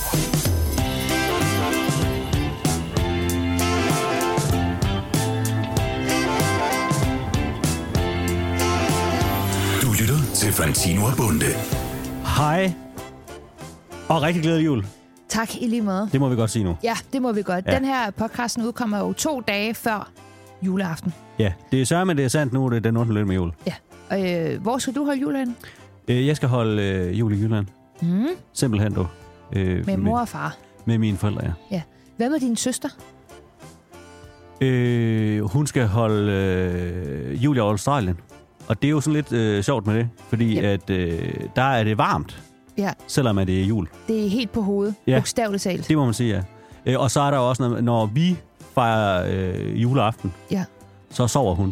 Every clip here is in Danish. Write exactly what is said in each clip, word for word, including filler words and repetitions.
Du lytter til Fantino og Bunde. Hej. Og rigtig glædelig jul. Tak i lige måde. Det må vi godt sige nu. Ja, det må vi godt. Ja. Den her podcasten udkommer jo to dage før juleaften. Ja, det er sørme, men det er sandt nu, det er den ottende med jul. Ja. Og øh, hvor skal du holde jul hen? Øh, jeg skal holde øh, jul i Jylland. Mm. Simpelthen du. Øh, Med mor og far? Med mine forældre, ja. Ja. Hvad med din søster? Øh, hun skal holde øh, jul i Australien. Og det er jo sådan lidt øh, sjovt med det, fordi ja. at øh, der er det varmt, ja. selvom at det er jul. Det er helt på hovedet, ja. bogstaveligt talt. Det må man sige, ja. Øh, og så er der også, når, når vi fejrer øh, juleaften, ja. så sover hun.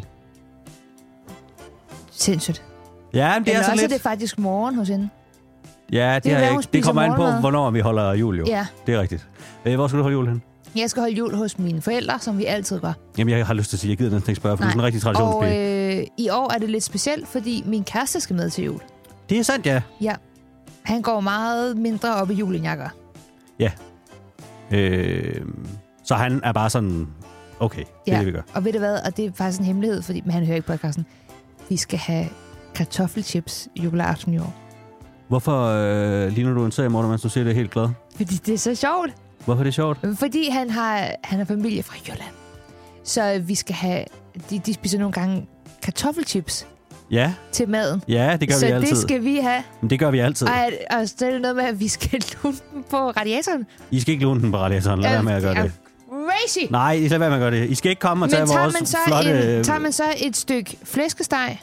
Sindssygt. Ja, men det Eller er så også lidt... er det faktisk morgen hos hende. Ja, det, det, er være, ikke. Det kommer an på, hvornår vi holder jul, jo. Ja. Det er rigtigt. Øh, hvor skal du holde jul hen? Jeg skal holde jul hos mine forældre, som vi altid gør. Jamen, jeg har lyst til at sige, jeg gider næsten ikke spørge, for Nej. det er sådan en rigtig traditionspil. Og øh, i år er det lidt specielt, fordi min kæreste skal med til jul. Det er sandt, ja. Ja. Han går meget mindre op i jul, end jeg gør. Ja. Øh, så han er bare sådan, okay, det ja. er det, vi gør. Og ved du hvad, og det er faktisk en hemmelighed, fordi men han hører ikke podcasten. Vi skal have kartoffelchips juleaften i år. Hvorfor øh, ligner du en serie, Morten, mens du siger det helt glad? Fordi det er så sjovt. Hvorfor er det sjovt? Fordi han har, han har familie fra Jylland. Så vi skal have... De, de spiser nogle gange kartoffelchips ja. til maden. Ja, det gør så vi altid. Så det skal vi have. Men det gør vi altid. Og, og så er det noget med, at vi skal lune den på radiatoren. I skal ikke lune den på radiatoren. Lad være med at gøre det. Crazy! Nej, I lad være med at gøre det. I skal ikke komme og tage vores man så flotte... En, tager man så et stykke flæskesteg,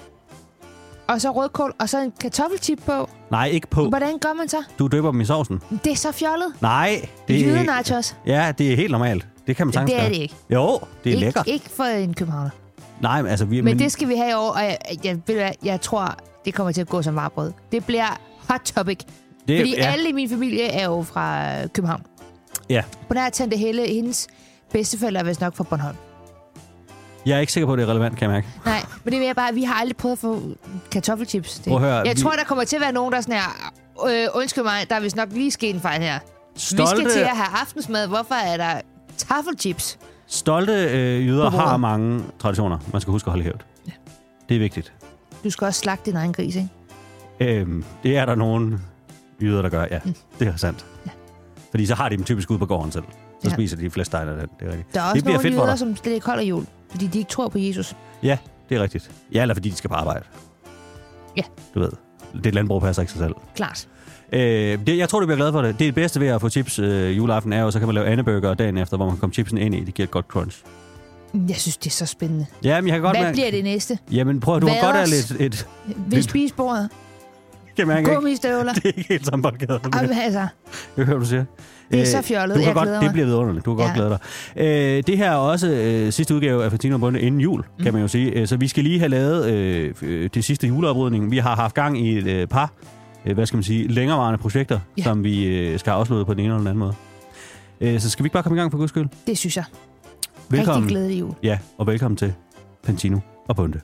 og så rødkål, og så en kartoffelchip på? Nej, ikke på. Hvordan gør man så? Du døber dem i sovsen. Det er så fjollet. Nej, det er... Jydenachos. Ja, det er helt normalt. Det kan man sagtens gøre. Det er gøre. det ikke. Jo, det er Ik- lækkert. Ikke for en københavner. Nej, men altså... Vi, men, men det skal vi have i år, og jeg, jeg, jeg, jeg tror, det kommer til at gå som varebrød. Det bliver hot topic. Det, fordi ja. alle i min familie er jo fra København. Ja. På nær tante Helle, hendes bedsteforældre er vist nok fra Bornholm. Jeg er ikke sikker på, at det er relevant, kan jeg mærke. Nej, men det er mere bare, at vi har aldrig prøvet at få kartoffelchips. Det. Høre, jeg vi... tror, der kommer til at være nogen, der er sådan her, øh, undskyld mig, der er vist nok lige sket en fejl her. Stolte... Vi skal til at have aftensmad. Hvorfor er der taffelchips? Stolte øh, jyder har mange traditioner, man skal huske at holde i hævd. Ja. Det er vigtigt. Du skal også slagte din egen gris, ikke? Øhm, det er der nogle jyder, der gør, ja. Mm. Det er sandt. Ja. Fordi så har de dem typisk ude på gården selv. Så ja. spiser de flest stejler af den. Det er rigtigt. Der er også det bliver nogle fedt jyder, som slet ikke holder jul, fordi de ikke tror på Jesus. Ja, det er rigtigt. Ja, eller fordi de skal på arbejde. Ja. Du ved, det landbrug passer ikke sig selv. Klart. Øh, det, jeg tror, du bliver glad for det. Det er det bedste ved at få chips øh, juleaften er jo, så kan man lave andeburger dagen efter, hvor man kommer chipsen ind i. Det giver et godt crunch. Jeg synes, det er så spændende. Ja, men jeg kan godt Hvad mærke... bliver det næste? Jamen prøv at du har godt af lidt... Et, Ved spisebordet? Gummistøvler? Det er ikke helt samme boldgade. Jamen altså... Jeg hører, du siger. Det er så fjollet, jeg godt, glæder mig. mig. Det bliver vidunderligt. Du kan ja. godt glæde dig. Øh, det her er også øh, sidste udgave af Fantino og Bunde inden jul, mm. kan man jo sige. Så vi skal lige have lavet øh, det sidste juleoprydning. Vi har haft gang i et øh, par, øh, hvad skal man sige, længerevarende projekter, ja. som vi øh, skal afslutte på den ene eller den anden måde. Øh, så skal vi ikke bare komme i gang for guds skyld? Det synes jeg. Velkommen. Rigtig glædelig jul. Ja, og velkommen til Fantino og Bunde.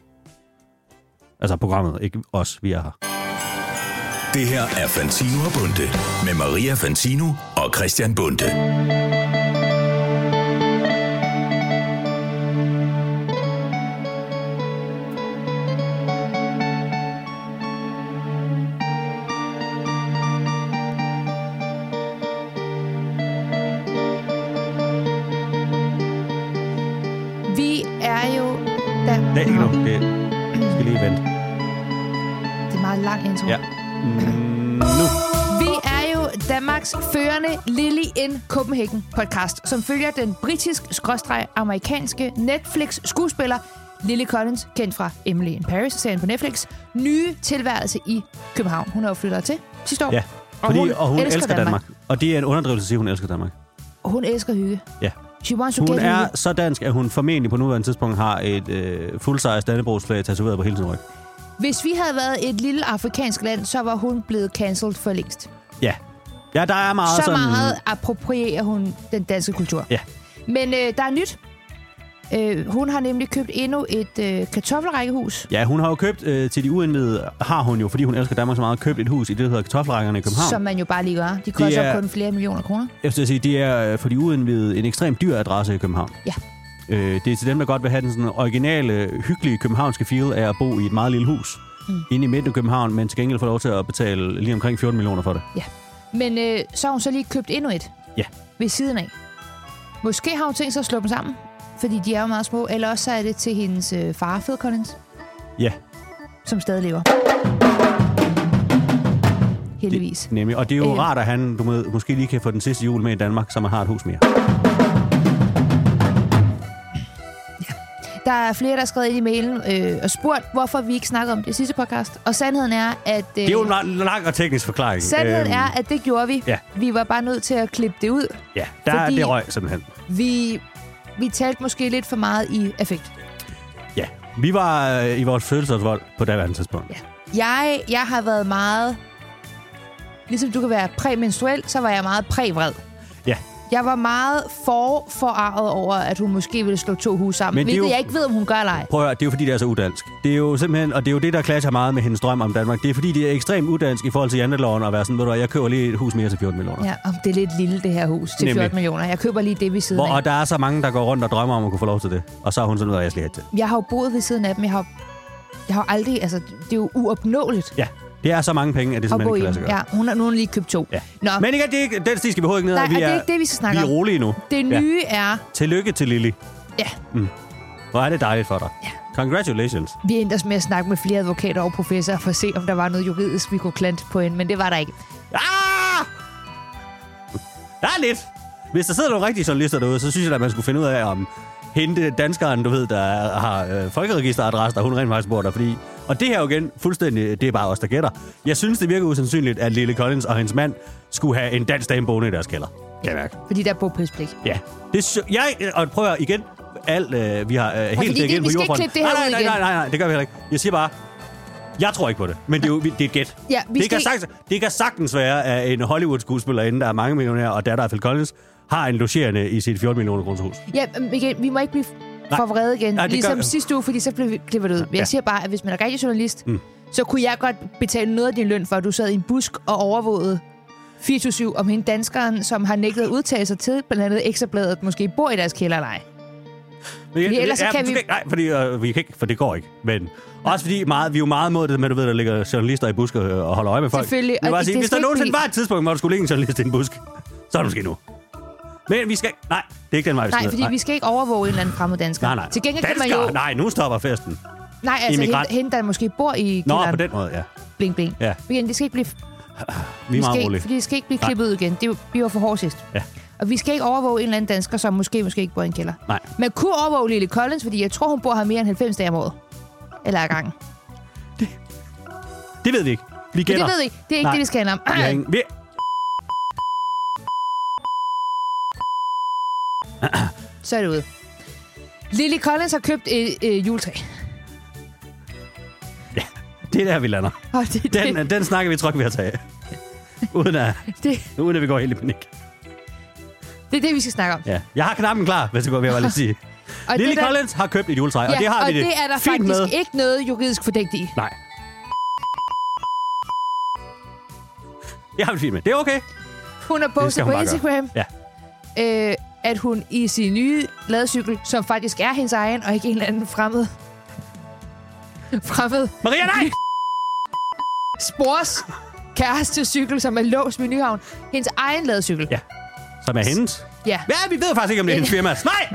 Altså programmet, ikke os, vi er her. Det her er Fantino og Bunde med Maria Fantino og Christian Bunde. Vi er jo... Der... Det er ikke nu. Det skal lige vente. Det er meget lang intro. Ja. Mm, nu. Vi er jo Danmarks førende Lily in Copenhagen podcast, som følger den britisk-amerikanske Netflix-skuespiller Lily Collins, kendt fra Emily in Paris-serien på Netflix, nye tilværelse i København. Hun er jo flyttet til sidste år. Ja, fordi, og hun, og hun elsker, elsker Danmark. Danmark. Og det er en underdrivelse at sige, at hun elsker Danmark. Og hun elsker hygge. Ja. She wants to hun get er hygge. så dansk, at hun formentlig på nuværende tidspunkt har et øh, full-size Dannebrogsflag tatoveret på hele sin ryg. Hvis vi havde været et lille afrikansk land, så var hun blevet cancelled for længst. Ja. Ja, der er meget så sådan... meget approprierer hun den danske kultur. Ja. Men øh, der er nyt. Øh, hun har nemlig købt endnu et øh, kartoffelrækkehus. Ja, hun har jo købt øh, til de uindvidede, har hun jo, fordi hun elsker Danmark så meget, købt et hus i det, der hedder Kartoffelrækkerne i København. Som man jo bare lige gør. De koster er, kun flere millioner kroner. Jeg vil sige, det er for de uindvidede en ekstremt dyr adresse i København. Ja. Øh, det er til dem, der godt vil have den sådan originale, hyggelige københavnske feel af at bo i et meget lille hus. Mm. Inde i midten af København, men til gengæld får lov til at betale lige omkring fjorten millioner for det. Ja. Men øh, så har hun så lige købt endnu et. Ja. Ved siden af. Måske har hun tænkt sig at slå dem sammen, fordi de er jo meget små. Eller også så er det til hendes øh, far, Phil Collins. Ja. Som stadig lever. Heldigvis. Det, nemlig. Og det er jo øh. rart, at han du må, måske lige kan få den sidste jul med i Danmark, så man har et hus mere. Der er flere, der har skrevet ind i mailen øh, og spurgt, hvorfor vi ikke snakker om det sidste podcast. Og sandheden er, at... Øh, det er jo en lang og teknisk forklaring. Sandheden øhm, er, at det gjorde vi. Ja. Vi var bare nødt til at klippe det ud. Ja, der er det røg simpelthen. Vi, vi talte måske lidt for meget i affekt. Ja, vi var øh, i vores følelsesvold på daværende tidspunkt. Ja. Jeg, jeg har været meget... Ligesom du kan være præmenstruel, så var jeg meget prævred. Ja. Jeg var meget for forarvet over, at hun måske ville slå to huse sammen. Hvilket jo, jeg ikke ved, om hun gør eller ej. Prøv at høre, det er jo fordi, det er så udansk. Det er jo simpelthen, og det er jo det, der clasher meget med hendes drøm om Danmark. Det er fordi, det er ekstremt udansk i forhold til janteloven at være sådan, ved du, jeg køber lige et hus mere til fjorten millioner. Ja, om det er lidt lille, det her hus til fjorten millioner. Jeg køber lige det ved siden Hvor, af. Og der er så mange, der går rundt og drømmer om at kunne få lov til det. Og så har hun sådan noget, jeg slet ikke til. Jeg har jo boet ved siden af dem. Jeg har, jeg har aldrig, altså, det er jo uopnåeligt. Ja. Det er så mange penge, at det simpelthen ikke kan lade sig gøre. Ja, hun har, nu har lige købt to. Ja. Nå. Men igen, det er ikke, den stig skal vi overhovedet ikke ned. Nej, vi det er, er ikke det, vi skal snakke om. Vi er rolige nu. Det nye ja. er... Tillykke til Lily. Ja. Mm. Hvor er det dejligt for dig. Ja. Congratulations. Vi endte os med at snakke med flere advokater og professorer for at se, om der var noget juridisk, vi kunne klante på hende, men det var der ikke. Ah! Der er lidt. Hvis der sidder nogle rigtige journalister derude, så synes jeg, at man skulle finde ud af, om hende danskeren, du ved, der har øh, folkeregisteradresse, der hun rent faktisk bor der, fordi... Og det her jo igen, fuldstændig, det er bare os, der gætter. Jeg synes, det virker usandsynligt, at Lily Collins og hendes mand skulle have en dansk dame boende i deres kælder. Kan jeg mærke. Fordi der er bogpælspligt. Ja. Det, jeg, og prøv at igen, alt, øh, vi har øh, helt det igen på jordfronten. Nej, nej, nej, nej, nej, nej, det gør vi heller ikke. Jeg siger bare, jeg tror ikke på det, men det er jo det er et gæt. Ja, det, skal... kan sagtens, det kan sagtens være, at en Hollywood-skuespillerinde, der er mange millionærer, og datter af Phil Collins, har en logerende i sit fjorten millioner kroners hus. Ja, igen, vi må ikke blive for vrede igen. Nej, ligesom gør... sidste uge, fordi så blev vi klippet ud. Jeg ja. siger bare, at hvis man er rigtig journalist, mm. så kunne jeg godt betale noget af din løn for, at du sad i en busk og overvågede fireogtyve syv om hende danskeren, som har nægtet at udtage sig til, blandt andet Ekstrabladet, måske bor i deres kælder eller ej. Men, fordi ellers ja, kan vi... Ikke, nej, fordi, øh, vi kan ikke, for det går ikke. Men ja. Også fordi meget, vi er jo meget mod det med, du ved, der ligger journalister i busker og holder øje med folk. Selvfølgelig. Og sige, hvis der nogensinde var et tidspunkt, hvor der skulle ligge en journalist i en busk, så er det måske nu. Men vi skal... Nej, det er ikke den vej, vi skal. Nej, fordi nej. vi skal ikke overvåge en eller anden fremmed dansker. Nej, nej. Til gengæld dansker? kan man jo... Nej, nu stopper festen. Nej, altså hende, hende, der måske bor i kælderen. Nå, på den måde, ja. Bling, bling. Ja. Igen, det skal ikke blive... Vi er meget rolige. Fordi det skal ikke blive klippet ud igen. Det vi var for hårdt sidst. Ja. Og vi skal ikke overvåge en eller anden dansker, som måske måske ikke bor i en kælder. Nej. Man kunne overvåge Lily Collins, fordi jeg tror, hun bor her mere end halvfems dage om året. Eller ad gangen. Det, det ved vi ikke. Vi gætter. Det ved vi ikke. Det er ikke Nej. det, vi skal handle om. Vi har ingen... vi... Så er det ude. Lily Collins har købt et øh, juletræ. Ja, det er der, vi lander. Oh, det, den, det. den snakker vi trygt ved at tage. Uden at, det. uden at vi går helt i panik. Det er det, vi skal snakke om. Ja. Jeg har knappen klar, hvis det går, vil jeg bare lige sige. Og Lily der... Collins har købt et juletræ, ja, og det har og vi det det er der fint faktisk med. ikke noget juridisk fordækt i. Nej. Det har vi fint med. Det er okay. Hun har postet på Instagram, ja. øh, at hun i sin nye ladecykel, som faktisk er hendes egen, og ikke en eller anden fremmed... fremmed... Maria, nej! Spors kærestecykel, som er låst med Nyhavn. Hendes egen ladecykel. Ja. Som er hendes? Ja. Ja, vi ved faktisk ikke, om det er hendes firma. Nej!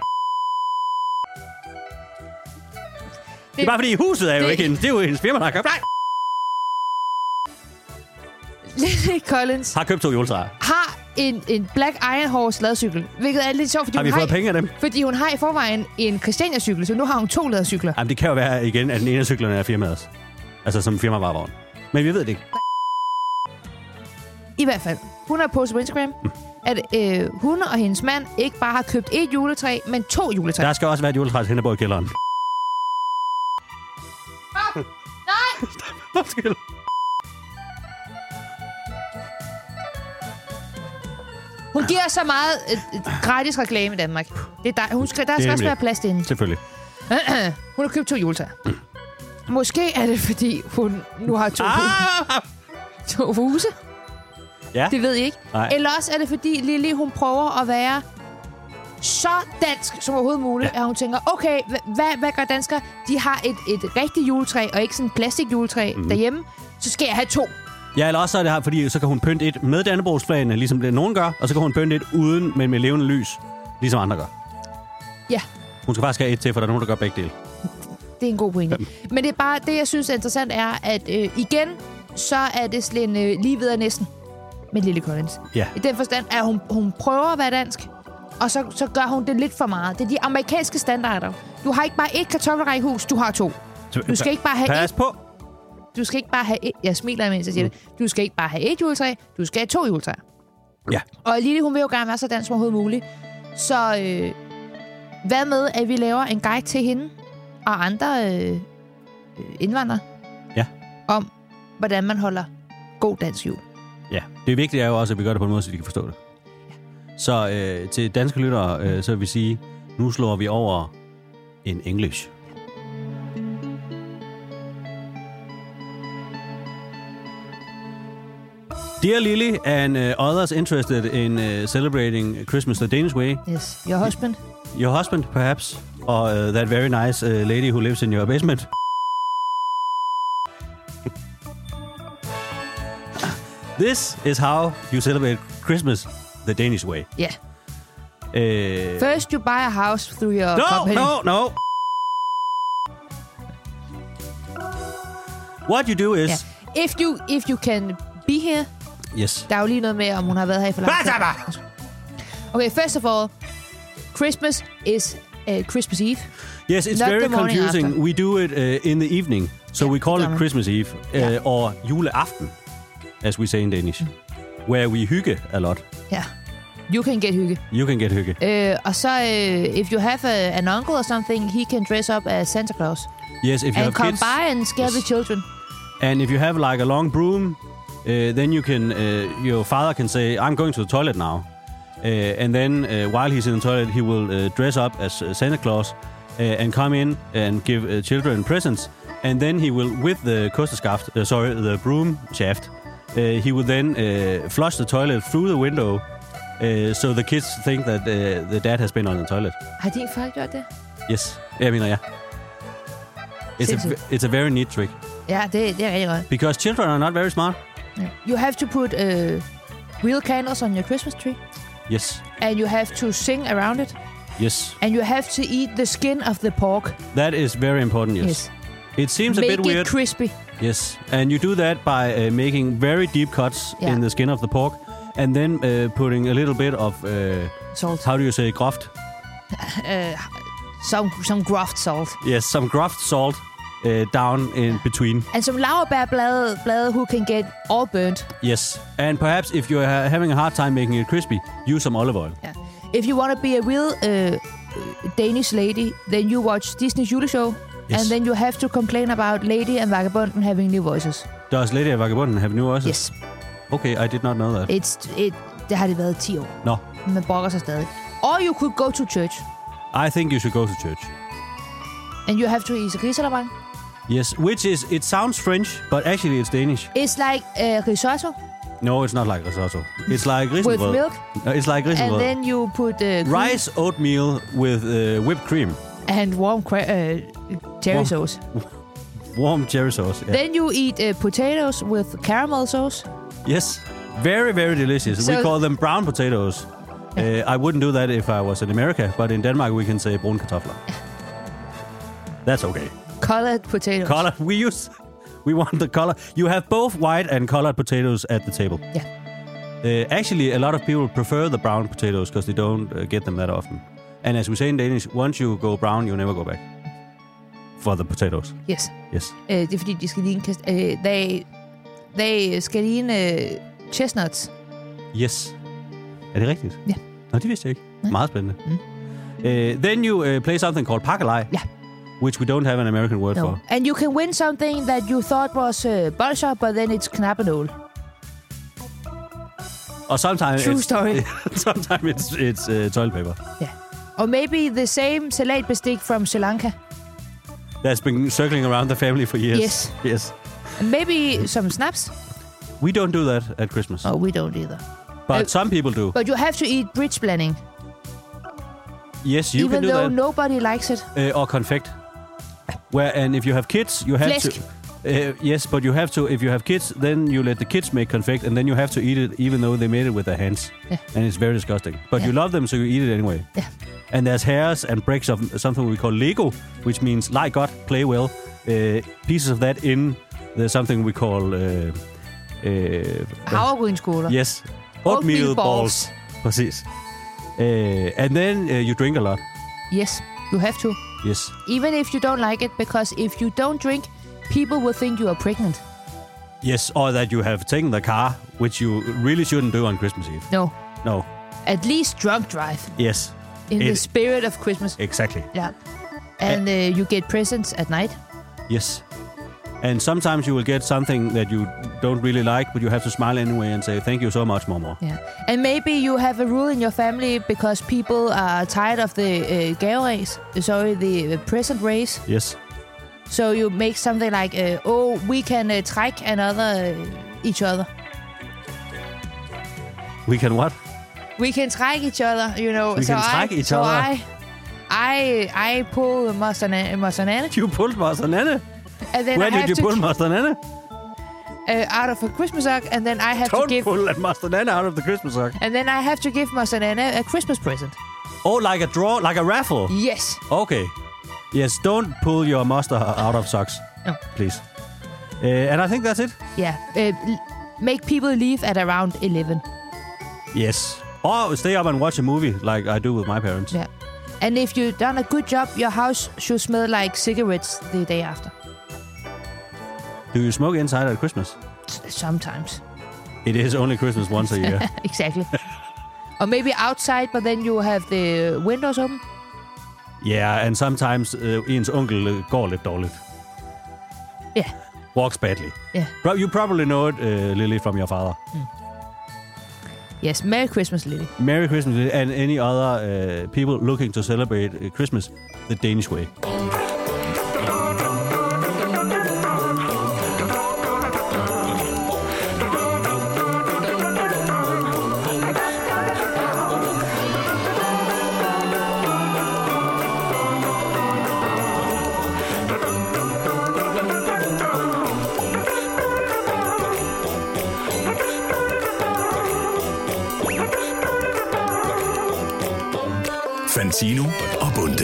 Det er bare fordi, huset er jo det... ikke hendes. Det er jo hendes firma, der har købt. Nej! Lily Collins har købt to juletræer. Har en, en Black Iron Horse ladecykel, hvilket er lidt sjovt, fordi har vi hun fået har, penge af dem? Fordi hun har i forvejen en Christiania-cykel, så nu har hun to ladecykler. Jamen, det kan jo være igen, at den ene af cyklerne er firmaets. Altså som firmavarevogn. Men vi ved det ikke. I hvert fald. Hun har postet på Instagram, mm. at øh, hun og hendes mand ikke bare har købt et juletræ, men to juletræ. Der skal også være et juletræ til hende, der bor i kælderen. Ah, nej! Undskyld. Hun giver så meget øh, gratis reklame i Danmark. Det er der, hun skal, der skal også være plads til hende. Selvfølgelig. Hun har købt to juletræer. Mm. Måske er det, fordi hun nu har to, ah! to huse. Ja. Det ved jeg ikke. Nej. Eller også er det, fordi Lily, hun prøver at være så dansk som overhovedet muligt, ja. At hun tænker, okay, hvad, hvad gør danskere? De har et, et rigtigt juletræ, og ikke sådan et plastikjuletræ mm. derhjemme. Så skal jeg have to. Ja, eller også er det her, fordi så kan hun pynte et med dannebrogsflagene, ligesom det nogen gør, og så kan hun pynte et uden, men med levende lys, ligesom andre gør. Ja. Hun skal faktisk have et til, for der er nogen, der gør begge dele. Det er en god pointe. Men det er bare, det jeg synes er interessant, er, at øh, igen, så er det sådan øh, lige videre næsten med Lily Collins. Ja. I den forstand, at hun, hun prøver at være dansk, og så, så gør hun det lidt for meget. Det er de amerikanske standarder. Du har ikke bare et kartoffelrækkehus, du har to. Du skal ikke bare have Pas et... på! Du skal ikke bare have et... Jeg smiler, mens jeg siger mm. det. Du skal ikke bare have et juletræ, du skal have to juletræer. Ja. Og Lily, hun vil jo gerne være så dansk som overhovedet muligt. Så øh, hvad med, at vi laver en guide til hende og andre øh, indvandrere? Ja. Om, hvordan man holder god dansk jul. Ja. Det vigtige er jo også, at vi gør det på en måde, så de kan forstå det. Så øh, til danske lyttere, øh, så vil vi sige, nu slår vi over in English. Dear Lily and uh, others interested in uh, celebrating Christmas the Danish way. Yes, your husband. Your husband, perhaps, or uh, that very nice uh, lady who lives in your basement. This is how you celebrate Christmas the Danish way. Yeah. Uh, First, you buy a house through your no, company. No, no, What you do is... Yeah. If you if you can be here... Yes. Der er jo lige noget med, om hun har været her i for lang tid. Okay, first of all, Christmas is uh, Christmas Eve. Yes, it's Not very confusing. after. We do it uh, in the evening, so yeah, we call it Christmas Eve, uh, yeah. or juleaften, as we say in Danish, mm. where we hygge a lot. Yeah. You can get hygge. You can get hygge. Uh, og så, uh, if you have a, an uncle or something, he can dress up as Santa Claus. Yes, if you and have come kids. by and scare yes. the children. And if you have like a long broom, uh, then you can, uh, your father can say, I'm going to the toilet now. Uh, and then uh, while he's in the toilet, he will uh, dress up as uh, Santa Claus uh, and come in and give uh, children presents. And then he will, with the kosteskaft, uh, sorry, the broom shaft, uh, he will then uh, flush the toilet through the window, uh, so the kids think that uh, the dad has been on the toilet. Har din far gjort det? Yes, jeg mener ja. It's a, it's a very neat trick. Ja, det, det er rigtig godt. Because children are not very smart. Yeah. You have to put uh, real candles on your Christmas tree. Yes. And you have to sing around it. Yes. And you have to eat the skin of the pork. That is very important, yes. Yes. It seems Make a bit weird. Make it crispy. Yes. And you do that by uh, making very deep cuts yeah. in the skin of the pork. And then uh, putting a little bit of... Uh, salt. How do you say groft? Uh, some, some groft salt. Yes, some groft salt. Uh, down in between. And some laurbærblade blade who can get all burnt. Yes. And perhaps if you're ha- having a hard time making it crispy, use some olive oil. Yeah. If you want to be a real uh, Danish lady, then you watch Disney's juleshow. Yes. And then you have to complain about Lady and Vagabunden having new voices. Does Lady and Vagabunden have new voices? Yes. Okay, I did not know that. It's, it, det har det været ti år. No. Man brokker sig stadig. Or you could go to church. I think you should go to church. And you have to eat risalamande. Yes, which is, it sounds French, but actually it's Danish. It's like uh, risotto. No, it's not like risotto. It's like risengrød. With milk? No, it's like risengrød. And then you put... Uh, rice oatmeal with uh, whipped cream. And warm cra- uh, cherry warm, sauce. Warm cherry sauce, yeah. Then you eat uh, potatoes with caramel sauce. Yes, very, very delicious. So we call them brown potatoes. Yeah. Uh, I wouldn't do that if I was in America, but in Denmark we can say brune kartofler. That's okay. Colored potatoes. Colored. We use. We want the color. You have both white and colored potatoes at the table. Yeah. Uh, actually, a lot of people prefer the brown potatoes because they don't uh, get them that often. And as we say in Danish, once you go brown, you never go back. For the potatoes. Yes. Yes. Uh, det er fordi, de skal ligne... Uh, they, they skal ligne uh, chestnuts. Yes. Er det rigtigt? Ja. Nå, det vidste jeg ikke. Nej. Meget spændende. Mm. Uh, then you uh, play something called pakkelej. Ja. Which we don't have an American word no. for. And you can win something that you thought was uh, bolsjer, but then it's knappenål. Or sometimes True it's, story. sometimes it's, it's uh, toilet paper. Yeah. Or maybe the same salatbestik from Sri Lanka. That's been circling around the family for years. Yes. Yes. And maybe some snaps. We don't do that at Christmas. Oh, we don't either. But uh, some people do. But you have to eat bridge blanding. Yes, you even can do though that. nobody likes it. Uh, or confect. Where and if you have kids, you have Flæsk. to. Uh, yes, but you have to. If you have kids, then you let the kids make confect, and then you have to eat it, even though they made it with their hands. Yeah. And it's very disgusting. But Yeah. you love them, so you eat it anyway. Yeah. And there's hairs and bricks of something we call Lego, which means like God, play well. Uh, pieces of that in. There's something we call. Uh, uh, Havregrynsskoler. yes, Oatmeal oatmeal balls. balls. Præcis. Uh, and then uh, you drink a lot. Yes, you have to. Yes. Even if you don't like it, because if you don't drink, people will think you are pregnant. Yes, or that you have taken the car, which you really shouldn't do on Christmas Eve. No. No. At least drunk drive. Yes. In It- the spirit of Christmas. Exactly. Yeah. And uh, you get presents at night. Yes. And sometimes you will get something that you don't really like, but you have to smile anyway and say, thank you so much, Momo. Yeah. And maybe you have a rule in your family because people are tired of the uh, gave race. Sorry, the uh, present race. Yes. So you make something like, uh, oh, we can uh, track another uh, each other. We can what? We can track each other, you know. We so can track I, each so other. I, I, I pull Mozzanana, Mozzanana You pulled Mozzanana? and then Where I have did you to pull Mozzanana? uh, out of a Christmas sock, and then I have Don't to give, pull that Mozzanana out of the Christmas sock. and then I have to give Mozzanana a Christmas present. Oh, like a draw, like a raffle? Yes. Okay. Yes, don't pull your monster out of socks. No. Please. Uh, and I think that's it. Yeah. Uh, l- make people leave at around eleven. Yes. Or stay up and watch a movie like I do with my parents. Yeah. And if you've done a good job, your house should smell like cigarettes the day after. Do you smoke inside at Christmas? S- Sometimes. It is only Christmas once a year. Exactly. Or maybe outside, but then you have the windows open. Yeah, and sometimes uh, ens onkel uh, går lidt dårligt. Yeah. Walks badly. Yeah. Pro- you probably know it, uh, Lily, from your father. Yes. Merry Christmas, Lily. Merry Christmas, Lily, and any other uh, people looking to celebrate uh, Christmas the Danish way. Fantino og Bunde.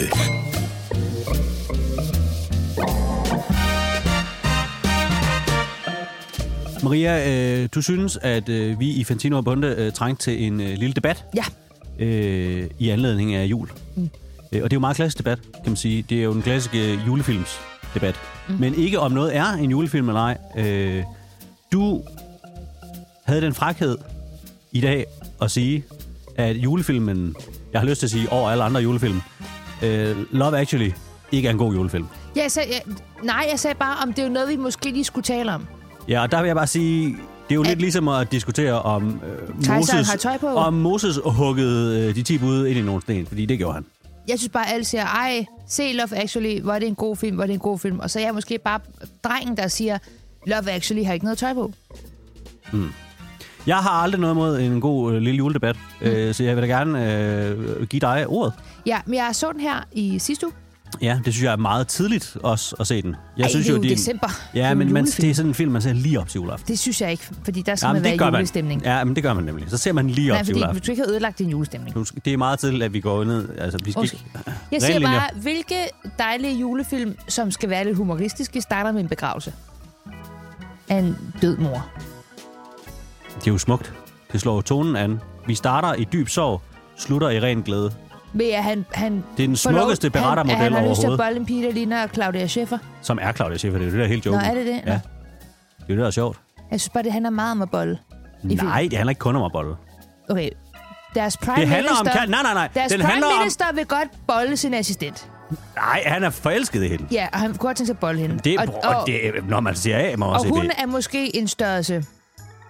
Maria, øh, du synes, at øh, vi i Fantino og Bunde øh, trængte til en øh, lille debat Ja. øh, i anledning af jul. Mm. Øh, og det er jo en meget klassisk debat, kan man sige. Det er jo en klassisk øh, julefilmsdebat. Mm. Men ikke om noget er en julefilm eller ej. Øh, du havde den frækhed i dag at sige, at julefilmen, jeg har lyst til at sige over alle andre julefilm, øh, Love Actually ikke er en god julefilm. Ja, jeg sagde, jeg, nej, jeg sagde bare, om det er jo noget, vi måske lige skulle tale om. Ja, og der vil jeg bare sige, det er jo at lidt ligesom at diskutere om øh, Tarzan Moses, har tøj på. om Moses huggede øh, de ti bud ind i nogle sten, fordi det gjorde han. Jeg synes bare, at alle siger, ej, se Love Actually, hvor er det en god film, hvor er det en god film. Og så er jeg måske bare drengen, der siger, Love Actually har ikke noget tøj på. Mm. Jeg har aldrig noget mod en god øh, lille juledebat, mm. øh, så jeg vil da gerne øh, give dig ordet. Ja, men jeg så den her i sidste uge. Ja, det synes jeg er meget tidligt også at se den. Jeg Ej, synes det er jo det december. Ja, Det er jo men en man, julefilm. det er sådan en film, man ser lige op til juleaften. Det synes jeg ikke, fordi der skal Ja, man være det gør i julestemning. Man. Ja, men det gør man nemlig. Så ser man lige op Nej, til fordi juleaften. du ikke har ødelagt din julestemning. Nu skal- Det er meget tidligt, at vi går ned. Altså, vi skal Okay. ikke... Jeg siger Ren linjer. bare, hvilke dejlige julefilm, som skal være lidt humoristiske, starter med en begravelse af en død mor. Det er jo smukt. Det slår jo tonen an. Vi starter i dyb sorg, slutter i ren glæde. Ved at han, han Det er den får lov- smukkeste berettermodel han, han har lyst til at overhovedet. bolle en pige, der ligner Claudia Schiffer. Som er Claudia Schiffer, det er jo det, der er helt joken. Nå, er det det? Ja. Det er jo det, der er sjovt. Jeg synes bare, det handler meget om at bolle. i filmen. Nej, det handler ikke kun om at bolle. Okay. Deres prime Det handler om... minister, Ka- nej, nej, nej. deres Den prime handler om... minister vil godt bolle sin assistent. Nej, han er forelsket i hende. Ja, og han kunne godt tænke sig at bolle hende. Det, og, og, og det, når man siger A, må man og også hun sige B. er måske en størrelse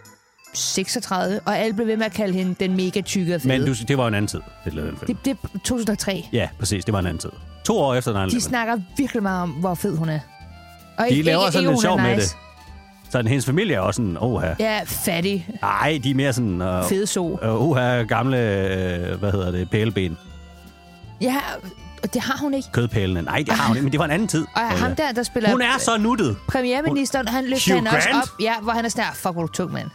seksogtredive, og alle blev ved med at kalde hende den mega tykke og fede. Men du, det var en anden tid. Det, det, det er to tusind og tre. Ja, præcis. Det var en anden tid. To år efter nine eleven. De snakker virkelig meget om, hvor fed hun er. Og de ikke, laver ikke, sådan ikke, lidt sjov nice. med det. Så hendes familie er også sådan, åh her. Ja, fattig. Nej, de er mere sådan... Uh, Fede så. Åh her, gamle, uh, hvad hedder det, pæleben. Ja, og det har hun ikke. Kødpælene. Nej, det har hun ikke, men det var en anden tid. Og ham der, der spiller... Hun er så nuttet. Premierministeren, han løfter hende også op. Ja, hvor han er sådan her, fuck, hvor du tung, mand.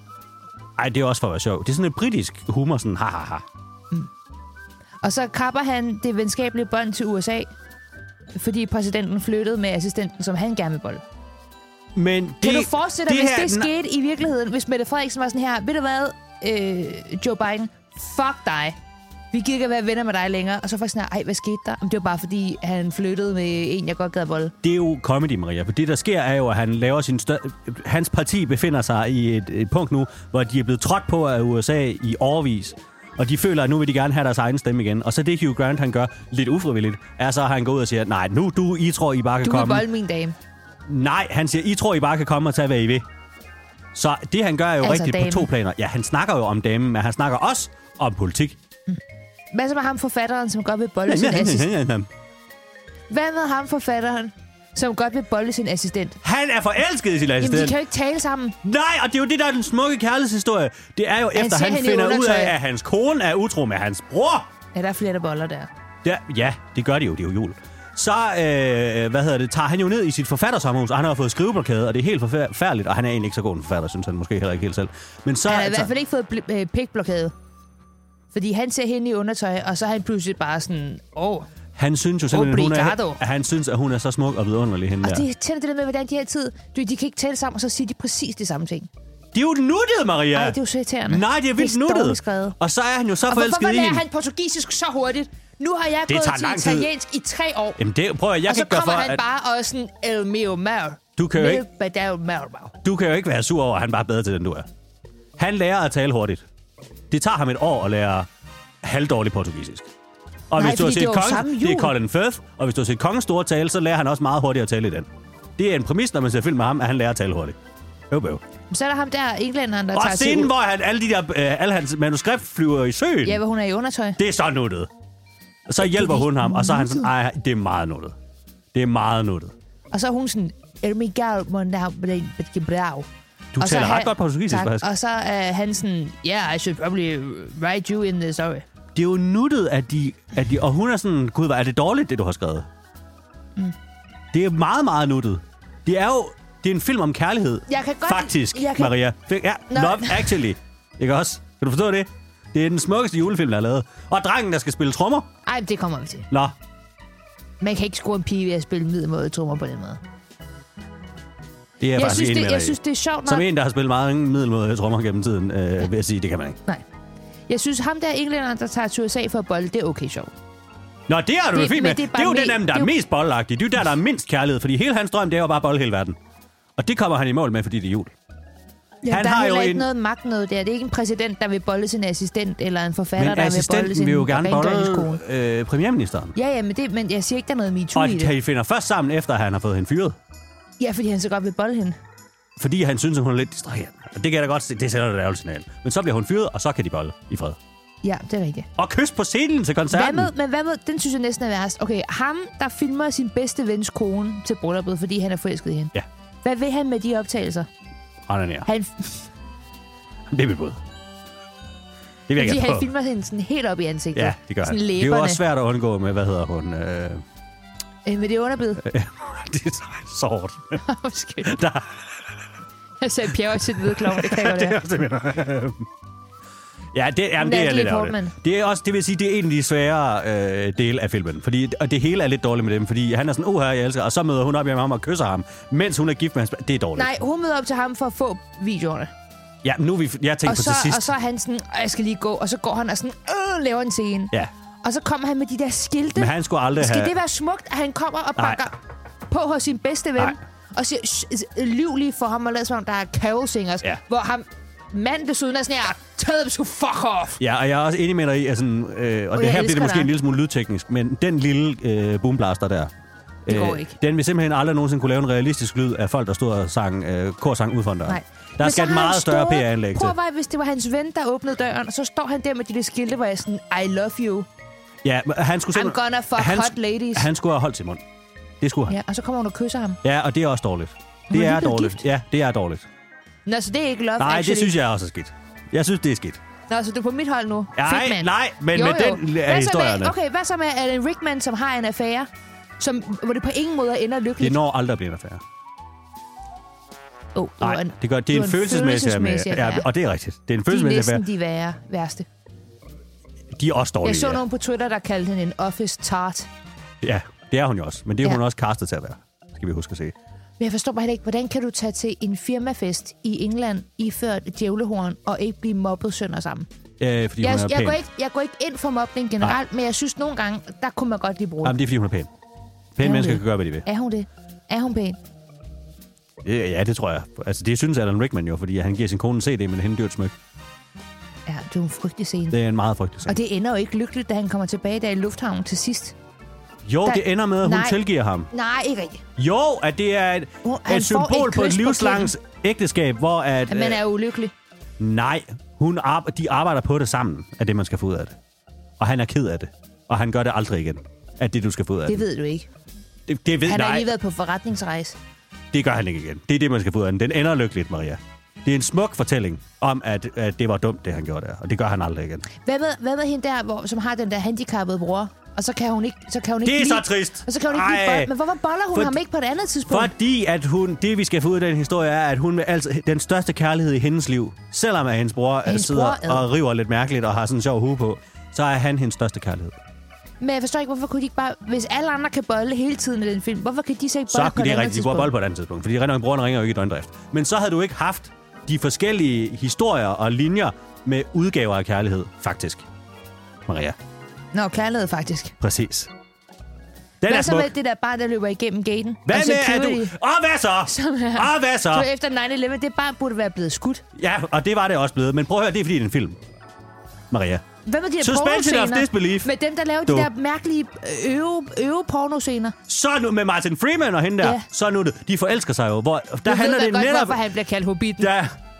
Ej, det er også for at være sjov. Det er sådan en britisk humor, sådan ha ha ha. Mm. Og så kapper han det venskabelige bånd til U S A, fordi præsidenten flyttede med assistenten, som han gerne vil bolle. Men det, kan du forestille dig, det hvis her, det skete i virkeligheden, hvis Mette Frederiksen var sådan her, ved du hvad, øh, Joe Biden, fuck dig. Vi gider ikke at være venner med dig længere. Og så faktisk sådan her, ej, hvad skete der? Det var bare fordi, han flyttede med en, jeg godt gad bolle. Det er jo comedy, Maria. For det, der sker, er jo, at han laver sin stør- hans parti befinder sig i et, et punkt nu, hvor de er blevet trådt på af U S A i årevis. Og de føler, at nu vil de gerne have deres egen stemme igen. Og så det Hugh Grant, han gør lidt ufrivilligt, er så, at han går ud og siger, nej, nu du, I tror, I bare kan du komme. Du vil bolle min dame. Nej, han siger, I tror, I bare kan komme og tage, hvad I vil. Så det, han gør, er jo altså rigtigt dame. På to planer. Ja, han snakker jo om damen, men han snakker også om politik. Mm. Hvad så med ham forfatteren, som godt vil bolle sin assistent? Hvad med ham forfatteren, som godt vil bolle sin assistent? Han er forelsket i sin assistent. Jamen, de kan jo ikke tale sammen. Nej, og det er jo det, der er den smukke kærlighedshistorie. Det er jo han efter, han finder ud af, at hans kone er utro med hans bror. Ja, der er flere, der boller der. der ja, det gør de jo. Det er jo jul. Så, øh, hvad hedder det, tager han jo ned i sit forfattersommerhus, og han har fået skriveblokade, og det er helt forfærdeligt, og han er egentlig ikke så god en forfatter, synes han måske heller ikke helt selv. Men så, han har i hvert fald ikke fået bl- øh, pikblokade. Fordi han ser hende i undertøj, og så er han pludselig bare sådan, åh. Han synes jo simpelthen, hun er, at han synes, at hun er så smuk og vidunderlig, hende og der. Og det tænder det der med, hvordan de her tid, de, de kan ikke tale sammen, og så siger de præcis de samme ting. Det er jo nuttet, Maria. Nej, det er jo så irriterende. Nej, det er vildt nuttet. Og så er han jo så forelsket i hende. Og hvorfor lærer han portugisisk så hurtigt? Nu har jeg det gået til italiensk i tre år. Jamen det, prøv at, jeg og kan så kommer for, han at... bare og sådan, el mio mar. Du kan jo ikke... Du kan jo ikke være sur over, at han bare er bedre til den, du er. Han lærer at tale hurtigt. Det tager ham et år at lære halvdårlig portugisisk. Og Nej, hvis du har set det, Kongen, det er Colin Firth, og hvis du har set Kongens store tale, så lærer han også meget hurtigt at tale i den. Det er en præmis, når man ser film med ham, at han lærer at tale hurtigt. Øv, øv. Så er der ham der, englænderen, der og tager scenen, hvor han, alle, de der, øh, alle hans manuskript flyver i søen. Ja, hvor hun er i undertøj. Det er så nuttet. Og så hjælper hun ham, og så er han sådan, ej, det er meget nuttet. Det er meget nuttet. Og så er hun sådan, er det Miguel Monau? Du og taler ret han, godt portugisisk, faktisk. Og så er han sådan, yeah, I should probably write you in the story. Det er jo nuttet, at de, at de... Og hun er sådan, gud, er det dårligt, det du har skrevet? Mm. Det er meget, meget nuttet. Det er jo... Det er en film om kærlighed. Jeg kan godt... Faktisk, jeg kan... Maria. Ja, Nå. Love Actually. Ikke også? Kan du forstå det? Det er den smukkeste julefilm, der er lavet. Og drengen, der skal spille trommer. Ej, det kommer vi til. Nå. Man kan ikke score en pige ved at spille middelmåde trommer på den måde. Det er jeg, jeg faktisk synes, enig det, med Jeg synes, det er sjovt nok. Som en, der har spillet meget middelmåde trommer gennem tiden, øh, ja. vil jeg sige, det kan man ikke. Nej. Jeg synes, ham der englænderen, der tager til U S A for at bolle, det er okay sjovt. Nå, det har du det fint med. Det er, det er jo den af dem, der er, er mest boldagtig. Det er jo der, der er mindst kærlighed, fordi hele hans drøm, det er jo bare at bolle hele verden. Og det kommer han i mål med, fordi det er jul. Ja, han der har er heller jo ikke en... noget magt noget der. Det er ikke en præsident, der vil bolle sin assistent, eller en forfatter, men der vil bolle sin vil jo gerne bolle øh, premierministeren. Ja, ja, men, det, men jeg siger ikke, der er noget MeToo i det. Og de finder først sammen, efter at han har fået hende fyret. Ja, fordi han så godt vil bolle hende. Fordi han synes, at hun er lidt distraherende. Og det kan jeg da godt se, det sætter et ærgerligt signal. Men så bliver hun fyret, og så kan de bolle i fred. Ja, det er rigtigt. Og kys på scenen til koncerten. Hvad med, men hvad med, den synes jeg næsten er værst. Okay, ham, der filmer sin bedste vens kone til brylluppet, fordi han er forelsket i hende. Ja. Hvad vil han med de optagelser? Han er Han... Det er mit bud. Det vil jeg fordi han filmer hende sådan helt op i ansigtet. Ja, det gør han. Læberne. Det er jo også svært at undgå med, hvad hedder hun? Øh... Øh, med det underbid. det er så hårdt. Der... Jeg sagde Pierre til den hvide klovn, det kan jeg godt det er også det, mener. Ja, det, jamen, det er lidt ærgerligt. Det er også, det vil sige, det er en af de svære øh, dele af filmen. Fordi, og det hele er lidt dårligt med dem, fordi han er sådan, oh her, jeg elsker, og så møder hun op hjemme ham og kysser ham, mens hun er gift med hans... Det er dårligt. Nej, hun møder op til ham for at få videoerne. Ja, nu er vi... Jeg tænker på så, til sidst. Og så er han sådan, jeg skal lige gå, og så går han og sådan, øh, laver en scene. Ja. Og så kommer han med de der skilte. Men han skulle aldrig skal have... Skal det være smukt, at han kommer og banker Nej. på hos sin bedste ven? Nej. Og siger, lyv lige for ham og lader som om, der er carol singers, ja. hvor ham... Manden desuden er sådan her, tag dem sgu fuck off! Ja, og jeg er også enig med dig i, at sådan, øh, og, og det her bliver det måske dig. en lille smule lydteknisk, men den lille øh, boomblaster der, det går øh, ikke. Den vil simpelthen aldrig nogensinde kunne lave en realistisk lyd af folk, der stod og sang øh, korsang ud for en dør. Nej. Der Men skal et meget større P R-anlæg til. Prøv at være, hvis det var hans ven, der åbnede døren, og så står han der med de der skilte, hvor jeg er sådan, I love you. Ja, han skulle I'm gonna fuck han, hot ladies. Han skulle have holdt sin mund. Det skulle han. Ja, og så kommer hun og kysser ham. Ja, og det er også dårligt. Hun Det er er lige dårligt. gift. Ja, det er dårligt. Nå, så det er ikke love, Nej, actually. det synes jeg også er skidt. Jeg synes, det er skidt. Nå, så du er på mit hold nu. Nej, Fedt, mand. nej, men jo, med jo. den af Hvad så historierne. med, okay, hvad så med Alan Rickman, som har en affære, som, hvor det på ingen måde ender lykkeligt? Det når aldrig at blive en affære. Oh, Nej, en, det, gør, det er en, en følelsesmæssig følelsesmæssig affære. Ja, og det er rigtigt. Det er en De er følelsesmæssig affære. næsten de værre, værste. De er også dårlige. Jeg så ja. nogen på Twitter, der kaldte hende en office tart. Ja, det er hun jo også. Men det er Ja. hun også castet til at være. Skal vi huske at se. Men jeg forstår bare heller ikke, hvordan kan du tage til en firmafest i England, iført djævlehorn, og ikke blive mobbet sønder sammen? Øh, fordi Jeg, hun er jeg, pæn. går ikke, jeg går ikke ind for mobning generelt, Nej. men jeg synes nogle gange, der kunne man godt lige bruge Jamen, det er fordi hun er pæn. Pæne hun mennesker det? kan gøre, hvad de vil. Er hun det? Er hun pæn? Ja, det tror jeg. Altså, det synes Alan Rickman jo, fordi han giver sin kone en C D, men hende dyrt smyk. Ja, det er jo en frygtelig scene. Det er en meget frygtelig scene. Og det ender jo ikke lykkeligt, da han kommer tilbage der i lufthavnen til sidst. Jo, Der- det ender med, at hun Nej. tilgiver ham. Nej, ikke rigtigt. Jo, at det er et, Hun- han et får symbol et på et kys på livslangt ægteskab, hvor at... At man øh, er ulykkelig. Nej, hun ar- de arbejder på det sammen, af det, man skal få ud af det. Og han er ked af det. Og han gør det aldrig igen, at det, du skal få ud af Det det. ved du ikke. Det, det ved, Han har nej, lige været på forretningsrejse. det gør han ikke igen. Det er det, man skal få ud af den. Den ender lykkeligt, Maria. Det er en smuk fortælling om, at, at det var dumt, det han gjorde der. Og det gør han aldrig igen. Hvad med, hvad med hende der, hvor, som har den der handicappede bror? Og så kan hun ikke, så kan hun ikke Det er blive, så trist. Og så kan hun ikke blive Ej. bold. Men hvorfor boller hun For- ham ikke på et andet tidspunkt? Fordi at hun, det vi skal få ud af den historie er, at hun altså den største kærlighed i hendes liv, selvom at hendes bror Hendes sidder bror er- og river lidt mærkeligt og har sådan en sjov hue på, så er han hendes største kærlighed. Men jeg forstår ikke, hvorfor kunne de ikke bare... Hvis alle andre kan bolle hele tiden i den film, hvorfor kan de så ikke Så bolle på kunne et de andet rigtig, de kunne tidspunkt? bold på et andet tidspunkt, fordi rent nok broren ringer jo ikke i døgndrift. Men så havde du ikke haft de forskellige historier og linjer med udgaver af kærlighed, faktisk. Maria. Nå, kærlighed faktisk. Præcis. Den Hvad er så smuk. med det der barn, der løber igennem gaten? Hvad Og med, at security, du... Og hvad så? som er- Og hvad så? Så efter nine eleven, det barn burde være blevet skudt. Ja, og det var det også blevet. Men prøv at høre, det er fordi, det er en film. Maria. Hvad med de der Suspension of pornoscener? disbelief. Med dem, der laver Du. de der mærkelige øve, øve pornoscener. Så nu med Martin Freeman og hende der, Ja. så nu det. De forelsker sig jo. Hvor, der Jeg handler ved det da godt, netop... hvorfor han bliver kaldt Hobbiten. Der...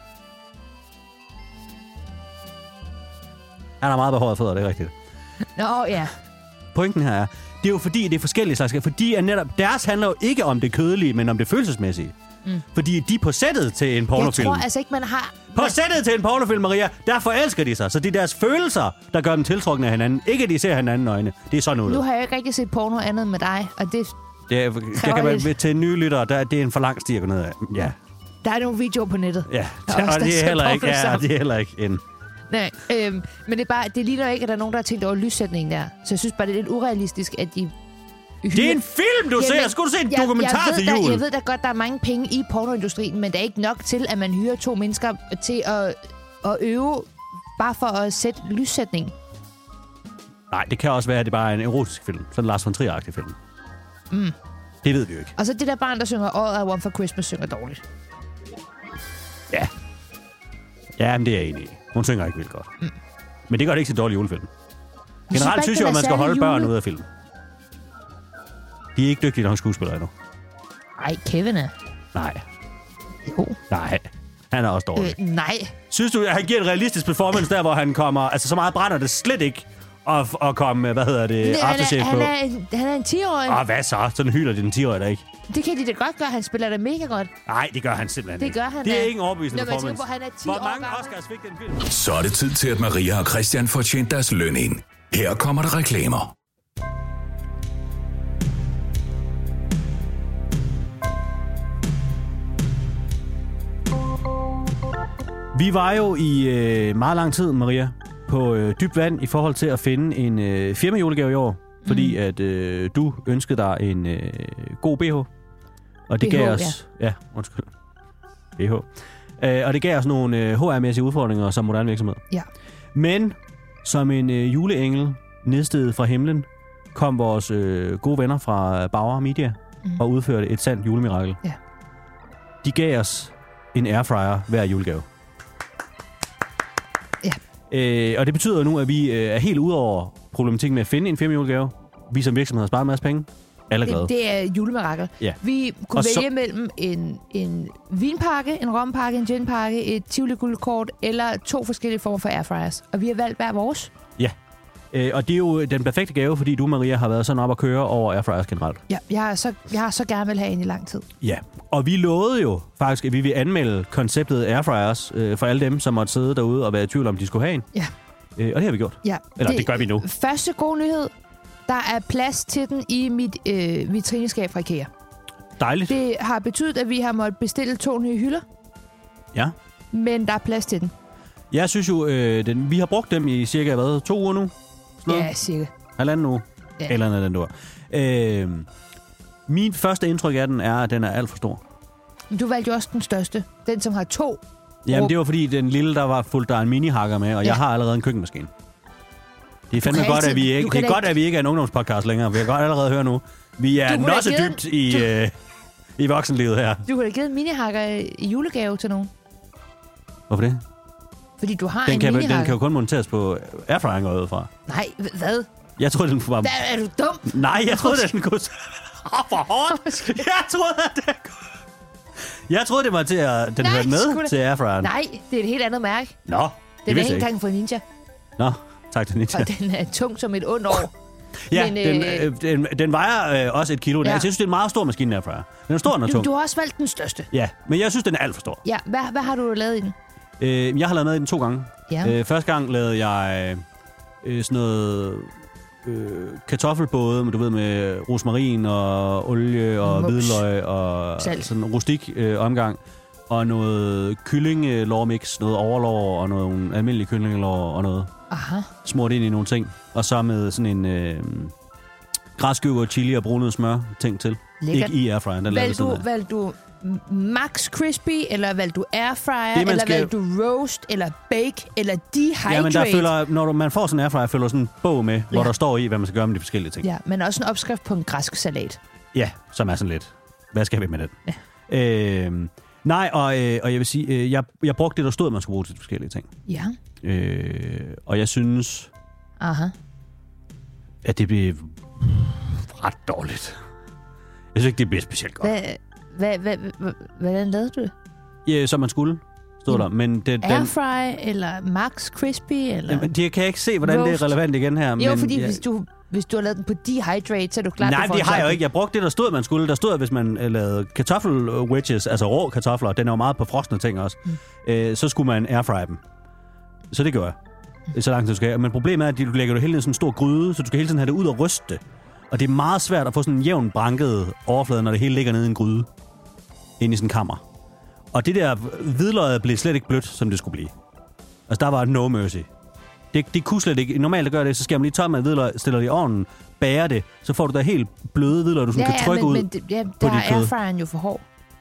Han har meget behåret fødder, det er rigtigt. Nå, ja. Pointen her er, det er jo fordi, det er forskellige slags... Fordi at netop, deres handler jo ikke om det kødelige, men om det følelsesmæssige. Mm. Fordi de er på sættet til en Jeg pornofilm. tror altså ikke, man har... På sættet til en pornofilm, Maria, der forelsker de sig. Så det er deres følelser, der gør dem tiltrukne af hinanden. Ikke at de ser hinanden i øjnene. Det er sådan noget. Nu har jeg ikke rigtig set porno andet med dig, og det, Det er, jeg kan lidt. være til nye lyttere, der, det er en for lang sti at gå ned af. Ja, der er nogle videoer på nettet. ja. Der er også Og der det er ser heller ikke, porno ja, sammen. det er heller ikke en... Nej, øhm, men det er bare, det ligner ikke, at der er nogen, der har tænkt over lyssætningen der. Så jeg synes bare, det er lidt urealistisk, at de... Det er en film, du ser! Skulle du se en jeg, dokumentar jeg ved til da, jul? Jeg ved da godt, der er mange penge i pornoindustrien, men det er ikke nok til, at man hyrer to mennesker til at, at øve, bare for at sætte lyssætning. Nej, det kan også være, at det bare er en erotisk film. Sådan en Lars von Trier-agtig film. Mm. Det ved vi jo ikke. Og så det der barn, der synger All I Want for Christmas, synger dårligt. Ja. Ja, men det er jeg enig i. Hun synger ikke vildt godt. Mm. Men det gør det ikke til dårlig julefilm. bare Generelt ikke, synes den jeg, er at man skal særlig holde børn julet. ud af film. De er ikke dygtige nok skuespillere endnu. Ej, Kevin er. Nej. Jo. Nej. Han er også dårlig. Øh, nej. Synes du, at han giver en realistisk performance der, hvor han kommer... Altså, så meget brænder det slet ikke at, at komme, hvad hedder det, Det- han, aftershave er, på. han, er, en- han er en ti-årig. Og hvad så? Sådan hyler det den ti-årige der ikke. Det kan de da godt gøre. Han spiller det mega godt. Nej, det gør han simpelthen Det ikke. gør han Det er da. ikke en overbevisende Når man tænker performance. på, at han er ti Hvor år mange gammel. Oscars fik den film? Så er det tid til, at Maria og Christian får tjent deres løn ind. Her kommer der reklamer. Vi var jo i øh, meget lang tid, Maria, på øh, dybt vand i forhold til at finde en øh, firmajulegave i år. Fordi at øh, du ønskede dig en øh, god B H. Og det B H, gav os... Ja, ja undskyld. B H. Øh, og det gav os nogle øh, H R-mæssige udfordringer som moderne virksomhed. Ja. Men som en øh, juleengel nedstedet fra himlen, kom vores øh, gode venner fra Bauer Media mm. og udførte et sandt julemirakel. Ja. De gav os en airfryer hver julegave. Ja. Øh, og det betyder nu, at vi øh, er helt ude over problematikken med at finde en firmajulegave. Vi som virksomhed har sparet en masse penge. Alle glade. Det, det er julemirakel. Ja. Vi kunne Og vælge så- mellem en, en vinpakke, en rompakke, en ginpakke, et Tivoli-guldkort eller to forskellige former for airfryers. Og vi har valgt hver vores. Ja. Øh, og det er jo den perfekte gave, fordi du, Maria, har været sådan op at køre over airfryers generelt. Ja, jeg har så, jeg har så gerne vil have en i lang tid. Ja. Og vi lovede jo faktisk, at vi vil anmelde konceptet airfryers øh, for alle dem, som måtte sidde derude og være i tvivl om, de skulle have en. Ja. Øh, og det har vi gjort. Ja. Eller det, det gør vi nu. Første gode nyhed. Der er plads til den i mit øh, vitrineskab fra IKEA. Dejligt. Det har betydet, at vi har måttet bestille to nye hylder, Ja. men der er plads til den. Jeg synes jo, øh, den, vi har brugt dem i cirka, hvad, to uger nu? Sådan noget? Ja, cirka. Halvanden uge? Ja. Eller andet, den du øh, Min første indtryk af den er, at den er alt for stor. Men du valgte jo også den største. Den, som har to. Jamen, det var fordi, den lille, der var fuldt, der er en mini-hakker med, og Ja. jeg har allerede en køkkenmaskine. Det er fandme kan godt, altid- at vi du ikke, kan det er da godt, ikke- at vi ikke er en ungdomspodcast længere. Vi kan godt allerede høre nu. Vi er Du kunne da nå så give- dybt i, du- øh, i voksenlivet her. Du kunne have givet en minihakker i julegave til nogen. Hvorfor det? Fordi du har Den en kan, minihakker. den kan jo kun monteres på airfryeren og udefra. Nej, hvad? Jeg troede, den var... Der er du dum. Nej, jeg troede, at den kunne... Åh, for hårdt! Jeg troede, at den kunne... Jeg troede, det var til at... Den Nej, hørte med sgu da- til airfryeren. Nej, det er et helt andet mærke. Nå, det Den er vidste ikke jeg ikke. engang fra Ninja, Nå, tak til Ninja. og den er tung som et ondt år. Ja, Men, den, øh, øh, den, den vejer øh, også et kilo. Ja. Ja. Jeg synes, det er en meget stor maskine, airfryer. Den er stor, den er Du, tung. du har også valgt den største. Ja, men jeg synes, den er alt for stor. Ja, hvad, hvad har du lavet i den? Øh, jeg har lavet mad i den to gange. Ja. Øh, første gang lavede jeg øh, sådan noget øh, kartoffelbåde, men du ved, med rosmarin og olie og Mums. hvidløg og Salt. sådan en rustik øh, omgang. Og noget kyllingelårmix, noget overlår og noget almindelig kyllingelår og noget Aha. smurt ind i nogle ting. Og så med sådan en øh, græskøber, chili og brunet smør ting til. Lækkert. Ikke i airfryeren, den lavede Valgte sådan du, der. valgte du Max Crispy, eller valgte du Airfryer, Det, man eller skal- valgte du Roast, eller Bake, eller Dehydrate? Ja, men der følger, når du, man får sådan en airfryer, følger sådan en bog med, hvor Ja. der står i, hvad man skal gøre med de forskellige ting. Ja, men også en opskrift på en græsk salat. Ja, som er sådan lidt. Hvad skal vi med den? Ja. Øh, nej, og, øh, og jeg vil sige, øh, jeg, jeg brugte det, der stod, at man skulle bruge til de forskellige ting. Ja. Øh, og jeg synes, Aha. at det blev ret dårligt. Jeg synes ikke, det blev specielt godt. Hvad, hvad, hvad, hvad, hvordan lavede du det? Ja, som man skulle, stod der. Men det, den, Airfry, eller Max Crispy, eller... jamen, de kan jeg ikke se, hvordan Roast. Det er relevant igen her. jo, men fordi jeg, hvis, du, hvis du har lavet den på Dehydrate, så er du klart, nej, du får det en har jeg jo sådan. ikke. Jeg brugte det, der stod, at man skulle. Der stod, at hvis man øh, lavede kartoffel-wedges, altså rå kartofler, den er jo meget på frosne ting også, mm. øh, så skulle man airfry dem. Så det gør jeg. Mm. Så langt du skal. Men problemet er, at du lægger det hele i sådan en stor gryde, så du skal hele tiden have det ud og ryste det. Og det er meget svært at få sådan en jævn branket overflade, når det hele ligger nede i en gryde. Ind i sådan en kammer. Og det der hvidløget blev slet ikke blødt, som det skulle blive. Altså, der var no mercy. Det, det kunne slet ikke. Normalt at gøre det, så skal man lige tørre med hvidløg, stiller det i ovnen, bager det, så får du der helt bløde hvidløg, du sådan Ja, kan ja, trykke men, ud men det, ja, på der dit er kød. airfryeren jo for hård.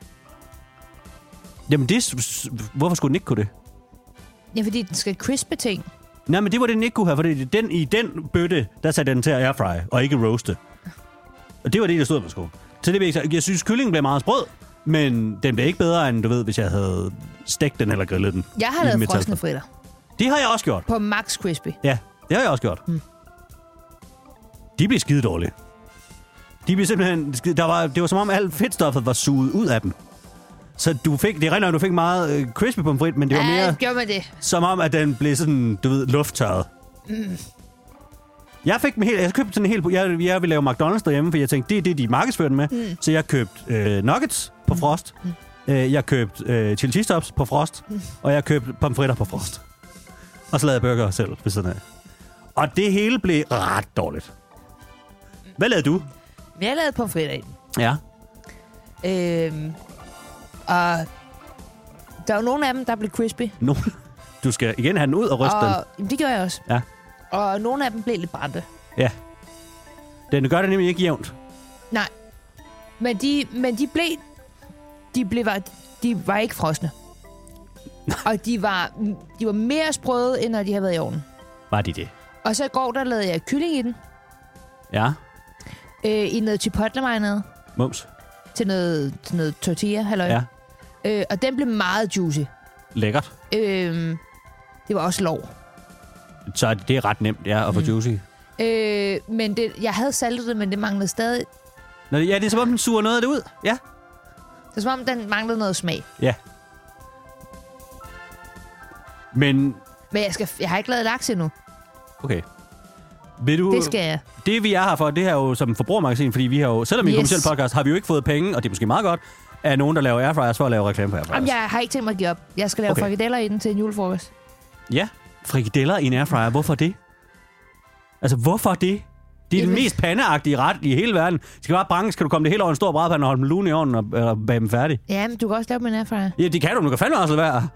Jamen, det, hvorfor skulle den ikke kunne det? Ja, fordi den skal crispe ting. Nej, men det var det, den ikke kunne have, for den, i den bøtte, der satte den til at airfry, og ikke roaste. Og det var det, der stod på sko. Så det blev ikke, jeg synes, kyllingen blev meget sprød, men den blev ikke bedre, end du ved, hvis jeg havde stegt den eller grillet den. Jeg har i lavet metal. frosne fritter Det har jeg også gjort. på Max Crispy. Ja, det har jeg også gjort. Hmm. De blev skide dårlige. De blev simpelthen skide, der var, det var som om alt fedtstoffet var suget ud af dem. Så du fik, det er rent, du fik meget øh, crispy pomfrit, men det var Ja, mere gjorde man det. som om, at den blev sådan, du ved, lufttørret. Mm. Jeg fik dem helt, jeg købte sådan en helt, jeg, jeg ville lave McDonald's derhjemme, for jeg tænkte, det er det, de markedsførte med. Mm. Så jeg købte øh, nuggets på frost, mm. øh, jeg købte øh, chili cheese tops på frost, mm. og jeg købte pomfritter på frost. Og så lavede jeg burger selv ved sådan af. Og det hele blev ret dårligt. Hvad lavede du? Jeg lavede pomfritter i den. Ja. Øhm, og der var nogle af dem, der blev crispy. Nu, du skal igen have den ud og ryste den. Og jamen, det gjorde jeg også. Ja. Og nogle af dem blev lidt brændte. Ja. Den gør det nemlig ikke jævnt. Nej. Men de, men de blev... De, blev, var, de var ikke frosne. Og de var, de var mere sprøde, end når de havde været i ovnen. Var de det? Og så i går, der lavede jeg kylling i den. Ja. Øh, I noget chipotle-marinade. Mums. Til noget, til noget tortilla, halløj. Ja. Øh, og den blev meget juicy. Lækkert. Øh, det var også lov. Så det er ret nemt, ja, at få mm. juicy. Øh, men det, jeg havde saltet det, men det manglede stadig Nå, ja, det er som om, den suger noget af det ud. Ja. Det er som om, den manglede noget smag. Ja. Men... Men jeg, skal, jeg har ikke lavet laks endnu. Okay. Vil du, det skal jeg. Det, vi er her for, det her er jo som forbrugermagasin, fordi vi har jo, selvom vi er en yes. kommerciel podcast, har vi jo ikke fået penge, og det er måske meget godt, af nogen, der laver airfryers for at lave reklame for airfryers. Jamen, jeg har ikke tænkt mig at give op. Jeg skal lave okay. frikadeller i den til en julefrokost. Ja, frikadeller i en airfryer. Hvorfor det? Altså, hvorfor det? Det er Jamen. den mest pandeagtige ret i hele verden. Det skal bare branges. Kan du komme det hele over en stor brædpande og holde dem lune i ovnen og, og bage dem færdig? Ja, men du kan også lave dem i en airfryer. Ja, det kan du. Du kan fandme også lade være.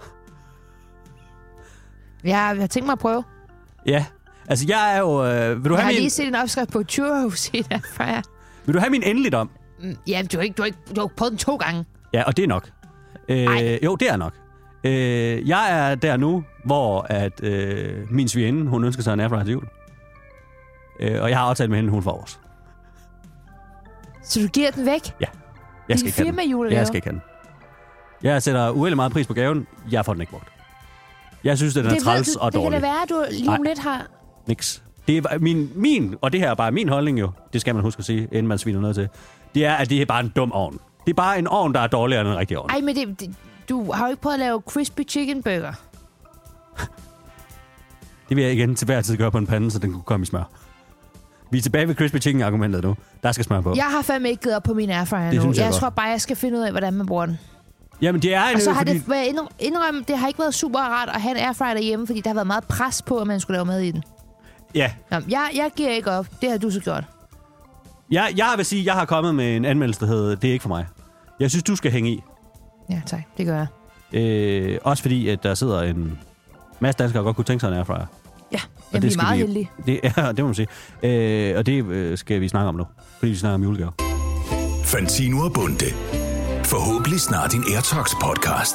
Ja, jeg har tænkt mig at prøve. Ja. Altså, jeg er jo... Øh, vil du jeg have har min... lige set en opskrift på churros i en airfryer. Vil du have min endeligt om? Ja, du har ikke, du har ikke du har prøvet den to gange. Ja, og det er nok. Øh, jo, det er nok. Øh, jeg er der nu, hvor at, øh, min svigerinde, hun ønsker sig en airfryer til jul. Øh, og jeg har aftalt med hende, hun får os. Så du giver den væk? Ja. Jeg skal ikke have den. Ja, jeg skal ikke have den. Jeg sætter uendelig meget pris på gaven. Jeg får den ikke brugt. Jeg synes, det er det træls ved, og det dårlig. Det kan da være, at du lige om lidt har... Niks. Det er min, min, og det her er bare min holdning jo, det skal man huske at sige, inden man sviner noget til, det er, at det er bare en dum ovn. Det er bare en ovn, der er dårligere end en rigtig ovn. Ej, men det, det, du har jo ikke prøvet at lave crispy chicken burger. Det vil jeg igen til hver tid gøre på en pande, så den kunne komme i smør. Vi er tilbage ved crispy chicken-argumentet nu. Der skal smør på. Jeg har fandme ikke givet op på min airfryer nu. Jeg, jeg tror bare, jeg skal finde ud af, hvordan man bruger den. Jamen, det er en Og så har fordi... det været indrømme, det har ikke været super rart at have en airfryer derhjemme, fordi der har været meget pres på, at man skulle lave mad i den. Ja. Nå, jeg, jeg giver ikke op. Det har du så gjort. Jeg, jeg vil sige, at jeg har kommet med en anmeldelse, der hedder, det er ikke for mig. Jeg synes, du skal hænge i. Ja, tak. Det gør jeg. Øh, også fordi, at der sidder en masse danskere, der godt kunne tænke sig en airfryer. Ja, jamen, vi er meget vi, heldige. Det, ja, det må man sige. Øh, og det øh, skal vi snakke om nu, fordi vi snakker om julegaver. Fantino og Bunde. Forhåbentlig snart din AirTalks podcast.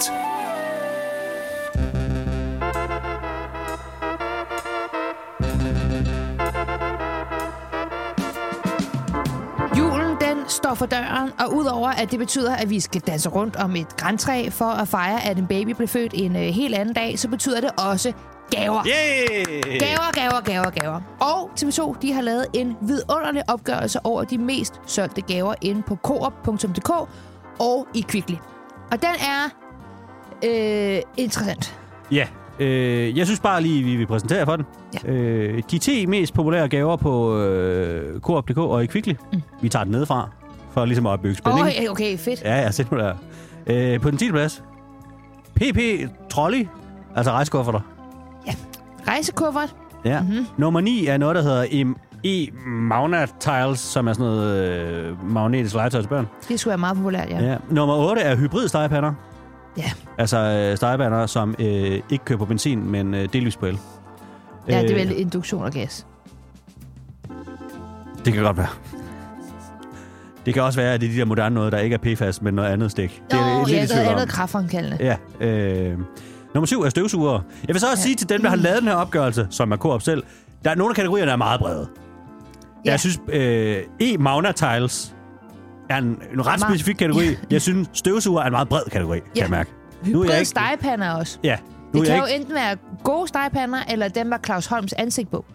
Julen, den står for døren, og udover at det betyder, at vi skal danse rundt om et grantræ for at fejre, at en baby blev født en øh, helt anden dag, så betyder det også gaver. Yeah! Gaver, gaver, gaver, gaver. Og T V to, de har lavet en vidunderlig opgørelse over de mest solgte gaver inde på coop punktum d k og i Kvickly. Og den er øh, interessant. Ja, øh, jeg synes bare lige, vi vil præsentere for den. Ja. Øh, de ti mest populære gaver på øh, coop punktum d k og i Kvickly. Mm. Vi tager den nedefra, for ligesom at opbygge spænding. Oh, okay, fedt. Ja, ja, sæt nu der. Øh, på den tiende plads. P P Trolley, altså rejskufferter. Ja, rejsekuffert. Ja. Mm-hmm. Nummer ni er noget, der hedder E-Magna Tiles, som er sådan noget øh, magnetisk legetøj til børn. Det skulle være meget populært, ja. Ja. Nummer otte er hybrid-stegepander. Ja. Altså øh, stegepander, som øh, ikke kører på benzin, men øh, delvis på el. Ja, det er vel induktion og gas. Det kan godt være. Det kan også være, at det er de der moderne noget, der ikke er P F A S, men noget andet stik. Nå, det er ja, lidt det er andet kraftfremkaldende. Ja. Øh, nummer syv er støvsugere. Jeg vil så også ja. sige til dem, der har lavet den her opgørelse, som er Coop selv, der er nogle af kategorierne, der er meget brede. Ja. Jeg synes, øh, E-Magna Tiles er en, en ret specifik kategori. Ja. Jeg synes, støvsuger er en meget bred kategori, kan ja. jeg mærke. Hybrid stegepander også. Ja. Nu det kan jo ikke... enten være gode stegepander, eller dem, der Claus Holms ansigt på.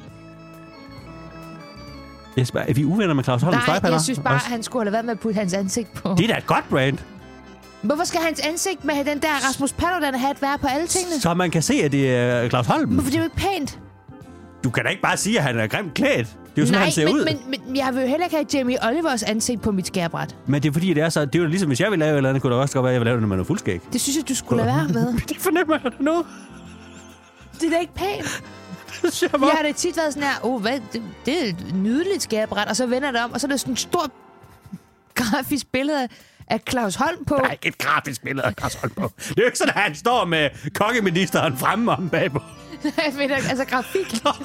Jesper, er vi uvenner med Claus Holms stegepander? Nej, jeg synes bare, at han skulle have været med at putte hans ansigt på. Det er da et godt brand. Hvorfor skal hans ansigt med den der Rasmus Paludan-hat være på alle tingene? Så man kan se, at det er Claus Holm. Hvorfor det er jo ikke pænt? Du kan da ikke bare sige, at han er grimt klædt. Det er jo sådan, Nej, han ser men, ud. Men, men jeg vil jo heller ikke have Jamie Olivers ansigt på mit skærbræt. Men det er fordi, det er så... Det er jo ligesom, hvis jeg vil lave et eller andet, kunne det også godt være, at jeg vil lave det med noget fuldskæg. Det synes jeg, du skulle lade være med. Det fornemmer jeg da nu. Det er da ikke pænt. Jeg har det tit været sådan her, oh, hvad, det, det er et nydeligt skærbræt, og så vender det om, og så er det sådan et stort grafisk billede af Claus Holm på. Der er ikke et grafisk billede af Claus Holm på. Det er jo ikke sådan, at han står med kongeministeren fremme om bagpå. Nej, men altså grafik. Nej,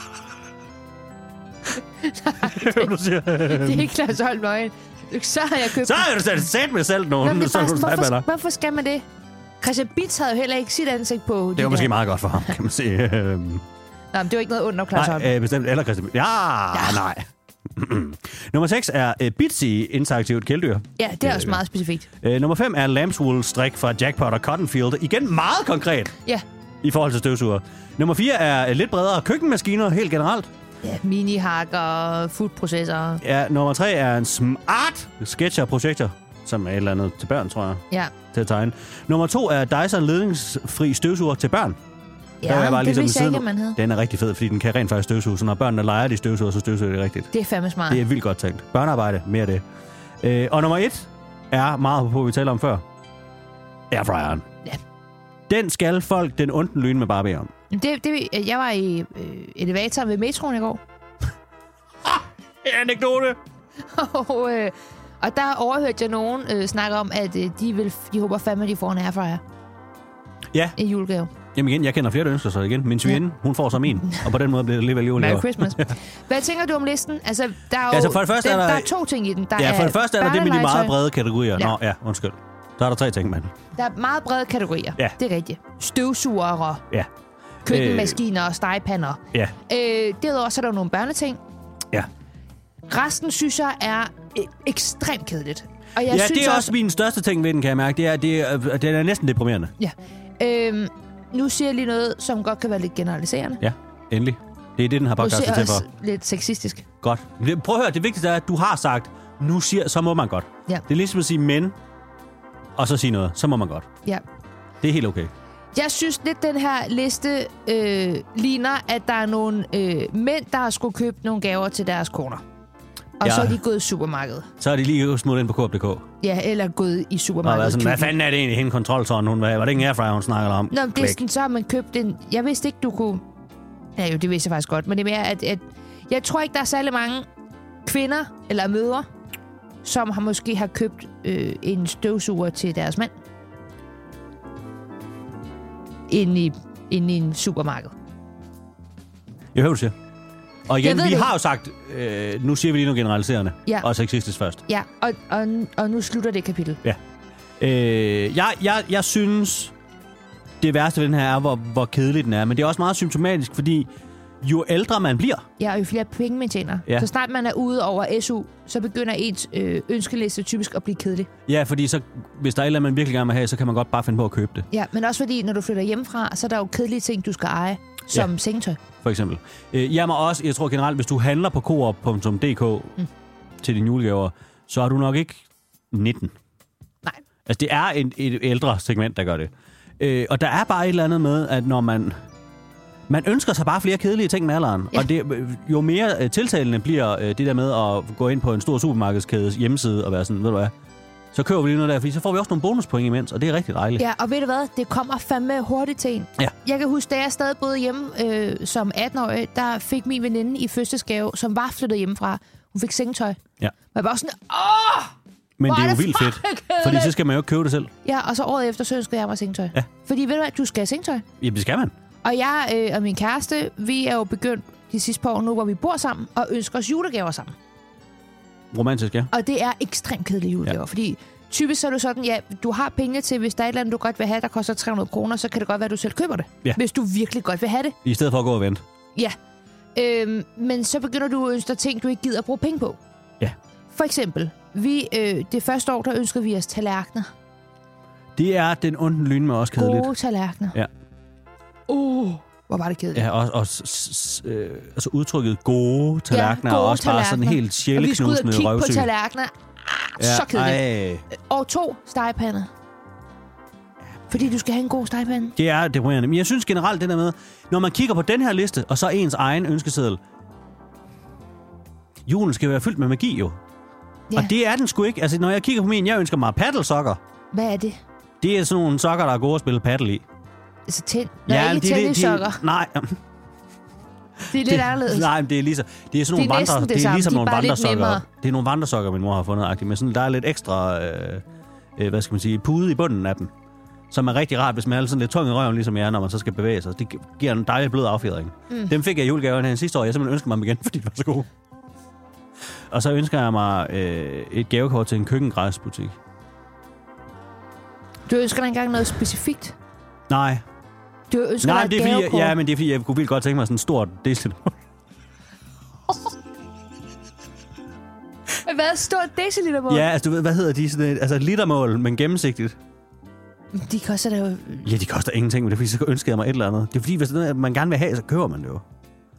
det, det er ikke Claus Holm nøgen. Så har jeg købt... Så har du sat med selv nogen. Nå, faktisk, hvorfor, hvorfor skal man det? Christian Bitz havde jo heller ikke sit ansigt på. Det var de måske der. Meget godt for ham, kan man sige. Nej, men det var ikke noget under Claus Holm. Nej, øh, bestemt. Eller Christian Bitz. Ja, ja, nej. Nummer seks er uh, Bitsy interaktivt kæledyr. Ja, det er også meget specifikt. Uh, nummer fem er lambswool strik fra Jackpot og Cottonfield. Igen meget konkret. Ja. I forhold til støvsuger. Nummer fire er uh, lidt bredere køkkenmaskiner, helt generelt. Ja, mini-hakker, foodprocessorer. Ja, nummer tre er en smart sketcher-projektor, som er et eller andet til børn, tror jeg, Ja, til at tegne. Nummer to er Dyson ledningsfri støvsuger til børn. Der er ja jeg bare det ligesom vidste jeg ved ikke, siden- at man havde. Den er rigtig fed, fordi den kan rent faktisk støvsuge, så når børnene leger de støvsuger, så støvsuger det rigtigt. Det er fandme smart. Det er vildt godt tænkt. Børnearbejde, mere af det. Øh, og nummer et er meget på, vi talte om før. Airfryeren. Ja. Den skal folk den onden lyne med bare bede om. Det, det, jeg var i øh, elevator ved metroen i går, Anekdote! og, øh, og der overhørte jeg nogen øh, snakke om, at øh, de, vil, de håber fandme, at de får en airfryer Ja, i julegave. jamen igen, jeg kender flere, der ønsker sig igen. Min svigerinde, hun får så min, og på den måde bliver det alligevel Merry julegave. Christmas. Hvad tænker du om listen? Altså, der er jo Altså, for det første den, er der- der er to ting i den. Der Ja, for er det første er der det med de meget børnelegetøj. brede kategorier. Ja. Nå, ja, undskyld. Så er der tre ting, mand. Der er meget brede kategorier. Ja. Det er rigtigt. Støvsugere, Ja, køkkenmaskiner og stegepander. ja, Øh, derudover så er der jo nogle børneting. ja. Resten synes jeg er øh, ekstremt kedeligt. Og jeg Ja, synes det er også min største ting ved den, kan jeg mærke. Det er, det er, det er næsten deprimerende. Ja. Øhm, nu siger jeg lige noget, som godt kan være lidt generaliserende. Ja, endelig. Det er det, den her podcast Måske er til også for. lidt sexistisk. Godt. Prøv at høre, det vigtigste er, at du har sagt, nu siger, så må man godt. Ja. Det er ligesom at sige men, og så sige noget. Så må man godt. Ja. Det er helt okay. Jeg synes lidt, den her liste øh, ligner, at der er nogle øh, mænd, der har skulle købe nogle gaver til deres koner. Og Ja. så er de gået i supermarkedet. Så er de lige smuttet ind på Coop punktum d k. Ja, eller gået i Og supermarkedet. været sådan, hvad købt- fanden er det egentlig, hende kontroltårn, hun var? Var det ikke en airfryer, hun snakker om? Nå, men det er sådan, så har man købt en... Jeg vidste ikke, du kunne... Ja, jo, det vidste jeg faktisk godt. Men det er mere, at, at... Jeg tror ikke, der er særlig mange kvinder eller mødre, som har måske har købt øh, en støvsuger til deres mand. Inde i, inde i en supermarked. Jeg hører, du siger. Og igen, Jeg ved vi det har jo sagt, øh, nu siger vi lige noget generaliserende, Ja. og sexistisk først. Ja, og, og, og nu slutter det kapitel. Ja. Øh, jeg, jeg, jeg synes, det værste ved den her er, hvor, hvor kedelig den er. Men det er også meget symptomatisk, fordi jo ældre man bliver, Ja, og jo flere penge man tjener. Ja. Så snart man er ude over S U, så begynder ens øh, ønskeliste typisk at blive kedelig. ja, fordi så, hvis der er et eller andet, man virkelig gerne vil have, så kan man godt bare finde på at købe det, Ja, men også fordi, når du flytter hjemmefra, så er der jo kedelige ting, du skal eje, som ja. sengetøj. for eksempel. Øh, jeg må også, jeg tror generelt, hvis du handler på coop punktum d k mm. til dine julegaver, så er du nok ikke nitten. Nej. Altså, det er et, et ældre segment, der gør det. Øh, og der er bare et eller andet med, at når man... Man ønsker sig bare flere kedelige ting med alderen. Ja. Og det, jo mere øh, tiltalende bliver øh, det der med at gå ind på en stor supermarkedskædes hjemmeside og være sådan, ved du hvad, så køber vi lige noget der, fordi så får vi også nogle bonuspoint imens, og det er rigtig dejligt. Ja, og ved du hvad? Det kommer fandme hurtigt til en. Ja. Jeg kan huske, da jeg stadig boede hjemme øh, som atten-årig, der fik min veninde i fødselsgave, som var flyttet hjemmefra. Hun fik sengetøj. Ja. Og jeg var også sådan, åh! Men Hvor det er er jo det vildt fedt, fucking fordi kedeligt. så skal man jo ikke købe det selv. Ja, og så året efter, så ønskede jeg mig sengetøj. Ja. Fordi ved du hvad? Du skal have sengetøj. Ja, det skal man. Og jeg øh, og min kæreste, vi er jo begyndt de sidste par år nu, hvor vi bor sammen, og ønsker os julegaver sammen. Romantisk, ja. Og det er ekstremt kedelige julegaver, ja. Fordi typisk så er det sådan, ja, du har penge til, hvis der er et eller andet, du godt vil have, der koster tre hundrede kroner, så kan det godt være, at du selv køber det. Ja. Hvis du virkelig godt vil have det. I stedet for at gå og vente. Ja. Øhm, men så begynder du at ønske dig ting, du ikke gider at bruge penge på. Ja. For eksempel, vi, øh, det første år, der ønskede vi os tallerkener. Det er den onden lyn med også kedeligt. Gode tallerkener. Ja. Uh, hvor var det kedeligt. Ja, og, og s- s- øh, altså udtrykket gode tallerkener, Ja, og gode også bare sådan tallerkener. helt Og vi skulle ud og sjæleknusende kigge på røvsyg. tallerkener. Ah, ja, så kedeligt. Ej. Og to, stegepander. Fordi du skal have en god stegepande. Det er deprimerende. Men jeg synes generelt det der med, når man kigger på den her liste, og så ens egen ønskeseddel, julen skal være fyldt med magi jo. Ja. Og det er den sgu ikke. Altså, når jeg kigger på min, jeg ønsker mig paddelsokker. Hvad er det? Det er sådan nogle sokker, der er gode at spille paddel i. Altså tænd. Nå, ja, ikke det er- tennissokker. det- Nej, Det er lidt anderledes. nej, men det er lige så, det er sådan Det nogle er næsten vandre, det det er samme. ligesom De er nogle bare lidt vandresokker. nemmere. Det er nogle vandresokker, min mor har fundet, agtigt, men sådan, der er lidt ekstra, øh, øh, hvad skal man sige, pude i bunden af dem, som er rigtig rart, hvis man er sådan lidt tung i røven, ligesom jeg er, når man så skal bevæge sig. Det giver en dejlig blød affjedring. Mm. Dem fik jeg i julegaven her sidste år. Jeg simpelthen ønskede mig dem igen, fordi de var så gode. Og så ønsker jeg mig øh, et gavekort til en køkkengræsbutik. Du ønsker dig engang noget specifikt? Nej. Du ønsker Nej, dig det et er fordi, gavekort? ja, men det er fordi, jeg kunne vildt godt tænke mig sådan en stor deciliter. Hvad er stort decilitermål? Ja, altså du ved, hvad hedder de? Sådan et, altså et litermål, men gennemsigtigt. De koster da jo... Ja, de koster ingenting, men det er fordi, så ønsker jeg mig et eller andet. Det er fordi, hvis det er noget, man gerne vil have, så køber man det jo.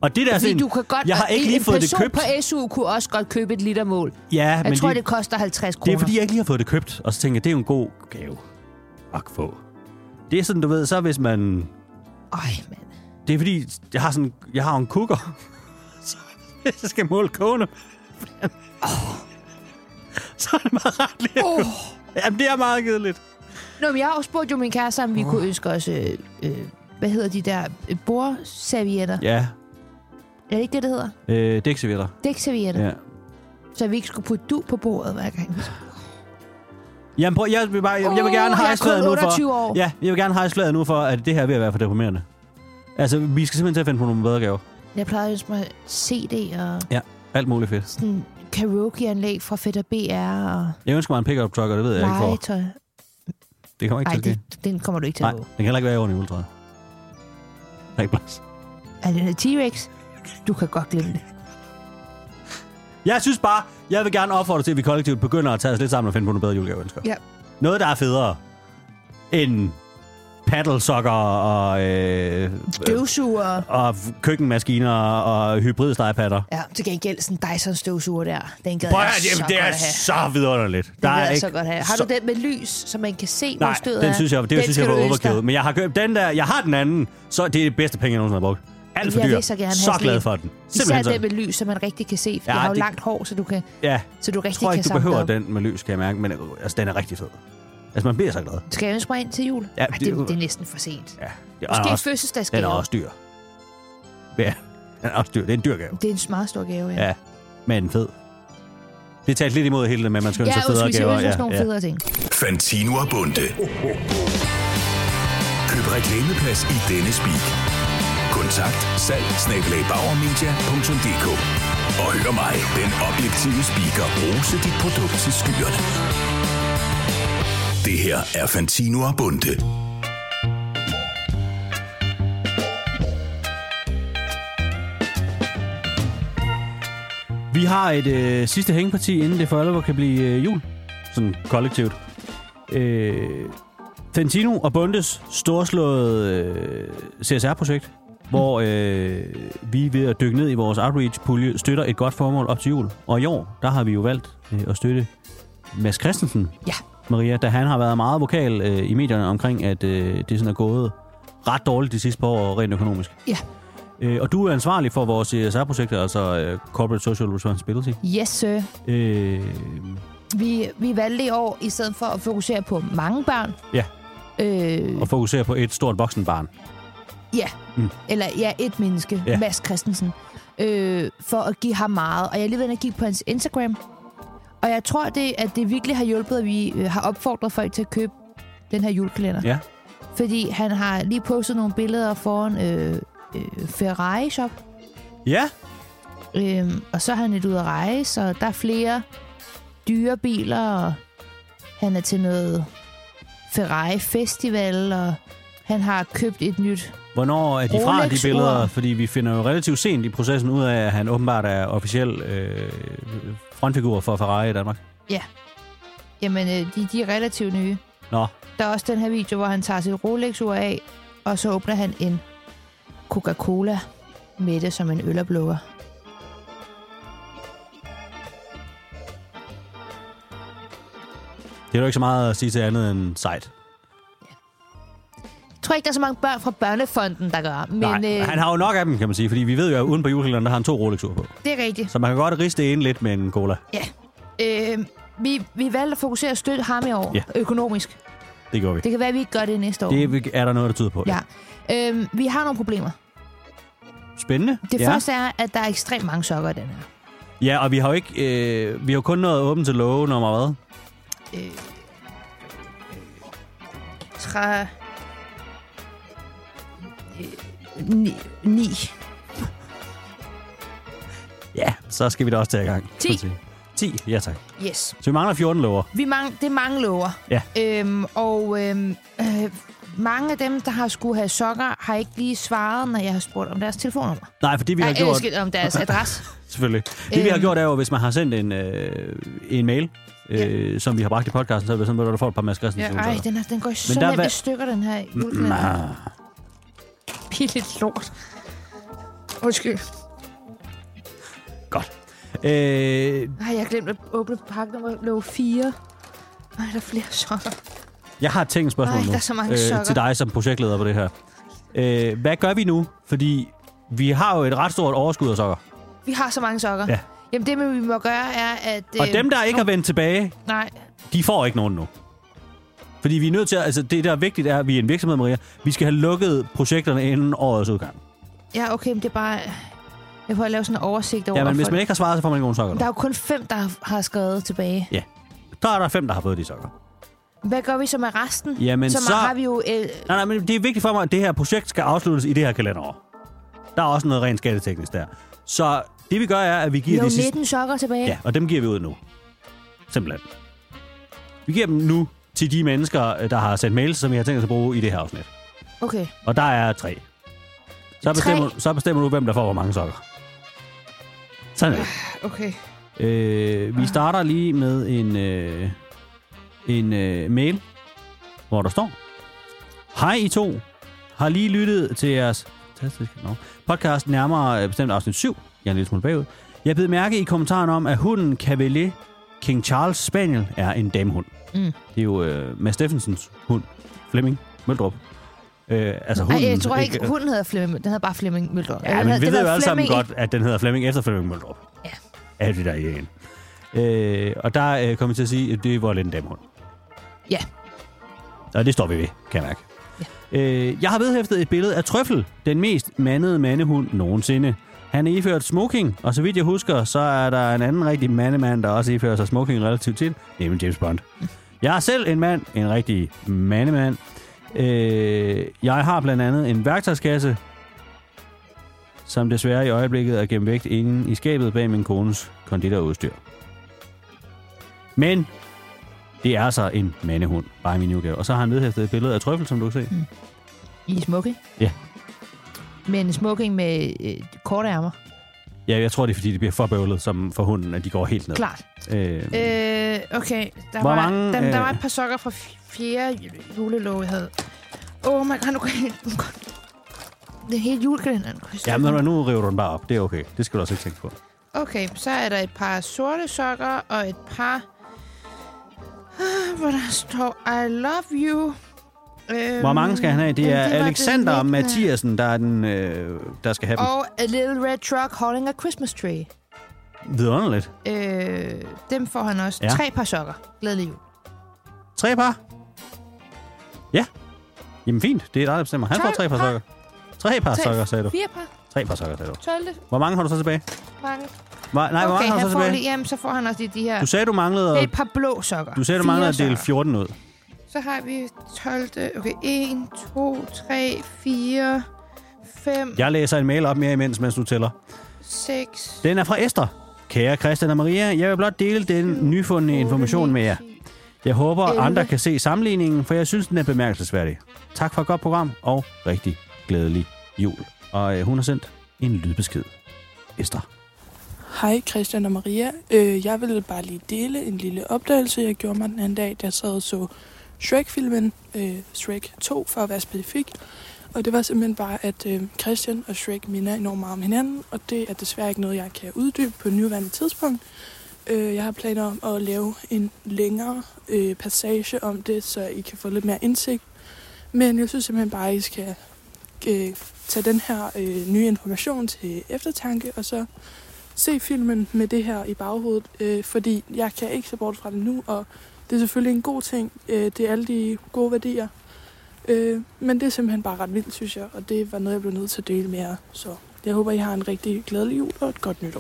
Og det der Fordi sådan, du kan godt, jeg har ikke lige en fået det person købt. på S U kunne også godt købe et litermål. Ja, jeg men tror, det, det koster halvtreds kroner. det er fordi, jeg ikke lige har fået det købt. Og så tænker jeg, det er jo en god gave at få. Det er sådan, du ved, så hvis man... Øj, mand. Det er fordi, jeg har sådan, jeg har en cooker. Så hvis jeg skal måle kogende, oh. så er det meget ret lige. Oh. Jamen, det er meget kedeligt. Nå, men jeg har også spurgt jo min kæreste, om vi oh. kunne ønske os, øh, øh, hvad hedder de der, øh, bordservietter. Ja. Er det ikke det, det hedder? Øh, dækservietter. Dækservietter. Ja. Så vi ikke skulle putte du på bordet hver gang. Jamen, prøv, jeg vil, bare, jeg, jeg vil gerne oh, hejse flaget nu for... År. Ja, jeg vil gerne hejse flaget nu for, at det her er ved at være for deprimerende. Altså, vi skal simpelthen til at finde på nogle bedre gaver. Jeg plejer at ønske mig C D og... Ja, alt muligt fedt. Sådan karaoke-anlæg fra Fætter B R og... Jeg ønsker mig en pick-up truck, og det ved jeg ikke for. Legetøj. Det kommer ikke Ej, til at ske. det, den kommer du ikke til Nej, at få. den kan heller ikke være over en juletræ. Der er ikke plads. Er det en T-Rex? Du kan godt glemme det. Jeg synes bare, jeg vil gerne opfordre til, at vi kollektivt begynder at tage os lidt sammen og finde på nogle bedre julegaveønsker. Ja. Noget, der er federe end paddlesokker og... Øh, Støvsuger. Og køkkenmaskiner og hybridstegpatter. Ja, til gengæld sådan en Dyson-støvsuger der. Den gad Prøv, jeg jamen, så det godt er at have. så vidunderligt. Den der gad er jeg ikke så godt have. Har så... du den med lys, så man kan se, Nej, hvor stødet den er? synes jeg, det den synes jeg var overkill. Men jeg har købt den der. Jeg har den anden, så det er det bedste penge, jeg nogensinde har brugt. Alt for jeg dyr. vil så gerne så have glad for den. Især den med lys, så man rigtig kan se. For ja, jeg har jo det... langt hår, så du kan, ja. så du rigtig tror ikke, kan du samle behøver op. den med lys, kan jeg mærke. Men altså, den er rigtig fed. Altså, man bliver så glad. Skal jeg ønske mig ind til jul? Ja, Ej, det, det, det er næsten for sent. Ja. Det Måske også, fødselsdagsgave. Den er også dyr. Ja, den er også dyr. Det er en dyr gave. Det er en meget stor gave, ja. Ja, men fed. Det tager lidt imod hele det med, at man skal ønske sig federe gaver. Ja, jeg nogle federe ting. Fantino og Bunde. Køb reklameplads i denne speak. Kontakt salg snabel-a bauermedia punktum d k. Og hør mig, den objektive speaker, rose dit produkt til skyerne. Det her er Fantino og Bunde. Vi har et øh, sidste hængeparti, inden det for alvor kan blive øh, jul. Sådan kollektivt. Øh, Fantino og Bundes storslåede øh, C S R-projekt, mm. hvor øh, vi ved at dykke ned i vores outreach-pulje støtter et godt formål op til jul. Og i år, der har vi jo valgt øh, at støtte Mads Christensen, ja. Maria, da han har været meget vokal øh, i medierne omkring, at øh, det sådan er gået ret dårligt de sidste par år rent økonomisk. Ja. Øh, og du er ansvarlig for vores C S R-projekter, altså øh, Corporate Social Responsibility. Yes, sir. Øh, vi, vi valgte i år, i stedet for at fokusere på mange børn. Ja. Øh, og fokusere på et stort voksenbarn. Ja. Mm. Eller ja, et menneske. Ja. Mads Christensen. Øh, for at give ham meget. Og jeg er lige ved at kigge på hans Instagram. Og jeg tror, det, at det virkelig har hjulpet, at vi øh, har opfordret folk til at købe den her julekalender. Ja. Fordi han har lige postet nogle billeder foran øh, øh, Ferrari Shop. Ja. Øhm, og så er han lidt ude at rejse, og der er flere dyre biler, og han er til noget Ferrari Festival, og han har købt et nyt Hvornår er de fra, Rolex de billeder? ur. Fordi vi finder jo relativt sent i processen ud af, at han åbenbart er officiel øh, frontfigur for Ferrari i Danmark. Ja. Jamen, øh, de, de er relativt nye. Nå. Der er også den her video, hvor han tager sit Rolex-ur af, og så åbner han en Coca-Cola med det som en øloplukker. Det er jo ikke så meget at sige til andet end sejt. Jeg tror ikke, der er så mange børn fra Børnefonden, der gør. Men, Nej, øh, han har jo nok af dem, kan man sige. Fordi vi ved jo, at uden på julekalenderen, der har han to Rolex-ur på. Det er rigtigt. Så man kan godt riste ene lidt med en cola. Ja. Øh, vi, vi valgte at fokusere og støtte ham i år, ja. økonomisk. Det gør vi. Det kan være, at vi ikke gør det næste år. Det er der noget, der tyder på. Ja. ja. Øh, vi har nogle problemer. Spændende. Det ja. første er, at der er ekstremt mange sokker i den her. Ja, og vi har jo ikke, øh, vi har jo kun noget åbent til låge nummer hvad? Øh, Træ... Øh, ni. ni. Ja, så skal vi da også tage i gang. ti. ti, ja tak. Yes. Så vi mangler fjorten låger. Vi mang- det er mange låger. Ja. Øhm, og øhm, øh, mange af dem, der har skulle have sokker, har ikke lige svaret, når jeg har spurgt om deres telefonnummer. Nej, for det vi har Ej, gjort... Undskyld, om deres adresse. Selvfølgelig. Det vi har gjort er jo, hvis man har sendt en, øh, en mail, øh, ja. som vi har bragt i podcasten, så er det sådan, at du får et par Mads Christensen. Ja, ej, den, er, den går så nemt i stykker, den her julekalender. Billigt lort. Undskyld. Godt. Øh, Ej, jeg har glemt at åbne pakke nummer fire. Ej, der er flere sokker. jeg har et tænkt spørgsmål Ej, nu der er så mange sokker. til dig som projektleder på det her. Øh, hvad gør vi nu? Fordi vi har jo et ret stort overskud af sokker. Vi har så mange sokker. Ja. Jamen, det vi må gøre er, at... Og øh, dem, der ikke har vendt tilbage, Nej. de får ikke nogen nu. Fordi vi er nødt til at... Altså, det, der er vigtigt, er, at vi er en virksomhed, Maria. Vi skal have lukket projekterne inden årets udgang. Ja, okay, men det er bare... Jeg prøver at lave sådan en oversigt over... Ja, men hvis for- man ikke har svaret, så får man ikke nogen sokker. Der er jo kun fem, der har skrevet tilbage. Ja. Der er der fem, der har fået de sokker. Hvad gør vi så med resten? Jamen, så, så- har vi jo... Øh, Nej, nej, men det er vigtigt for mig, at det her projekt skal afsluttes i det her kalenderår. Der er også noget rent skatteteknisk der. Så det vi gør er, at vi vi giver har de jo sidste... nitten sokker tilbage. Ja, og dem giver vi ud nu. Simpelthen. Vi giver dem nu til de mennesker, der har sendt mails, som jeg har tænkt os at bruge i det her afsnit. Okay. Og der er tre. Så bestemmer, så bestemmer du, hvem der får hvor mange sokker. Sådan er det. Okay. Øh, vi starter lige med en, øh, en øh, mail, hvor der står: Hej I to. Har lige lyttet til jeres fantastiske no, podcast, nærmere øh, bestemt afsnit syv. Jeg er en lille smule bagud. Jeg blev mærke i kommentaren om, at hunden Cavalier King Charles Spaniel er en damehund. Mm. Det er jo øh, Mads Steffensens hund, Flemming Møldrup. Øh, altså Ej, hunden, jeg tror ikke, hunden hedder Flemming. Den hedder bare Flemming Møldrup. Ja, men vi ved jo alle sammen godt, at den hedder Flemming efter Flemming Møldrup. Ja. Alt det der igen. Øh, og der øh, kommer jeg til at sige, at det var lidt en damehund. Ja. Og det står vi ved, kan jeg mærke. Ja. Øh, jeg har vedhæftet et billede af Trøffel, den mest mandede mandehund nogensinde. Han er iført smoking, og så vidt jeg husker, så er der en anden rigtig mandemand, der også ifører sig smoking relativt til, nemlig James Bond. Jeg er selv en mand, en rigtig mandemand. Øh, jeg har blandt andet en værktøjskasse, som desværre i øjeblikket er gemt væk inde i skabet bag min kones konditorudstyr. Men det er altså en mandehund, bare i min udgave. Og så har han vedhæftet et billede af Trøffel, som du kan se. Mm. I smoking? Ja. Men smoking med øh, korte ærmer? Ja, jeg tror, det er, fordi det bliver for bøvlet som for hunden, at de går helt ned. Klart. Øh, Øh, okay. Der Hvor var, mange, der, der øh, var et par sokker fra fjerde julelov, jeg havde. Åh, oh my god, nu går jeg... Det er helt julekalenderen. ja, men nu river du den bare op. Det er okay. Det skal du også ikke tænke på. Okay, så er der et par sorte sokker og et par... Hvor der står, I love you. Øhm, Hvor mange skal han have? Det er det var Alexander den nittende. Mathiasen, der, er den, øh, der skal have dem. Og A Little Red Truck Holding a Christmas Tree. Vidunderligt. Øh, dem får han også. Ja. Tre par sokker. Glædelig jul. Tre par? Ja. Jamen fint. Det er dig, der bestemmer. Han får tolv tre par par. sokker. Tre par Tre- sokker, sagde du. Fire par. Tre par sokker, sagde du. tolv. Hvor mange har du så tilbage? Mange. Hvor, nej, hvor Okay, mange har du han så får tilbage? lige, jamen, så får han også de, de her... Du sagde, du manglede, Det er at, et par blå sokker. du sagde, du Fire manglede at dele sokker. fjorten ud. Så har vi tolv. Okay, en, to, tre, fire, fem, Jeg læser en mail op mere imens, mens du tæller. seks... Den er fra Esther. Kære Christian og Maria, jeg vil blot dele den nyfundne information med jer. Jeg håber, elleve. andre kan se sammenligningen, for jeg synes, den er bemærkelsesværdig. Tak for et godt program, og rigtig glædelig jul. Og øh, hun har sendt en lydbesked. Esther. Hej Christian og Maria. Øh, jeg ville bare lige dele en lille opdagelse, jeg gjorde mig den anden dag, da jeg sad og så Shrek-filmen, øh, Shrek to for at være specifik. Og det var simpelthen bare, at øh, Christian og Shrek minder enormt meget om hinanden, og det er desværre ikke noget, jeg kan uddybe på nuværende tidspunkt. Øh, jeg har planer om at lave en længere øh, passage om det, så I kan få lidt mere indsigt. Men jeg synes simpelthen bare, at I skal øh, tage den her øh, nye information til eftertanke, og så se filmen med det her i baghovedet, øh, fordi jeg kan ikke se bort fra det nu, og det er selvfølgelig en god ting. Øh, det er alle de gode værdier. Øh, men det er simpelthen bare ret vildt, synes jeg, og det var noget, jeg blev nødt til at dele med jer. Så jeg håber, I har en rigtig glædelig jul og et godt nytår.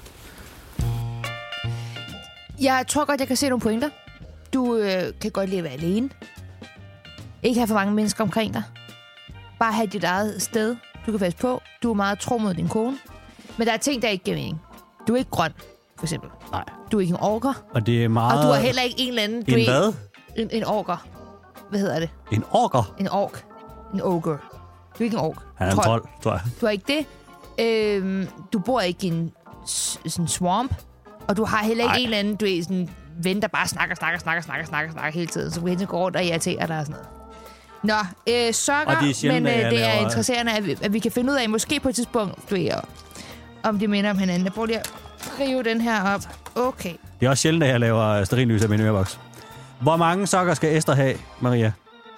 Jeg tror godt, jeg kan se nogle pointer. Du øh, kan godt lide at være alene. Ikke have for mange mennesker omkring dig. Bare have dit eget sted. Du kan passe på. Du er meget tro mod din kone. Men der er ting, der ikke giver mening. Du er ikke grøn, for eksempel. Nej. Du er ikke en orker. Og det er meget... Og du er heller ikke en eller anden... Du En er hvad? En, en orker. Hvad hedder det? En orker? En ork. En ogre. Du er ikke en ork. Han er en trold, tror jeg. Du er ikke det. Øhm, du bor ikke i en s- sådan swamp. Og du har heller ikke Ej. en eller anden, du er sådan ven, der bare snakker, snakker, snakker, snakker, snakker, snakker hele tiden. Så du hele tiden går rundt og irriterer dig og sådan noget. Nå, øh, sokker, Og det er sjældent, men at øh, jeg det er laver- interesserende, at vi, at vi kan finde ud af, måske på et tidspunkt, du ved, om de minder om hinanden. Jeg prøver lige at rive den her op. Okay. Det er også sjældent, at jeg laver stearinlys af min øreboks. Hvor mange sokker skal Esther have, Maria?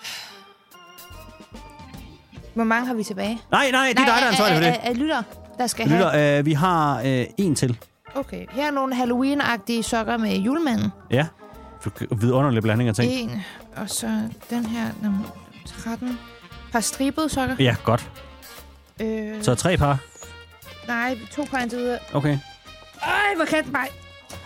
Hvor mange har vi tilbage? Nej, nej, det er dig, der er ansvarlig for det. Er, er, er lytter, der skal have... Lytter, øh, vi har øh, en til. Okay, her er nogle Halloween-agtige sokker med julemanden. Ja. Vidunderlig blanding af ting. En, og så den her, nummer tretten. Par stribede sokker. Ja, godt. Øh, Så tre par. Nej, to par indtil videre. Okay. Ej, hvor kan den bare...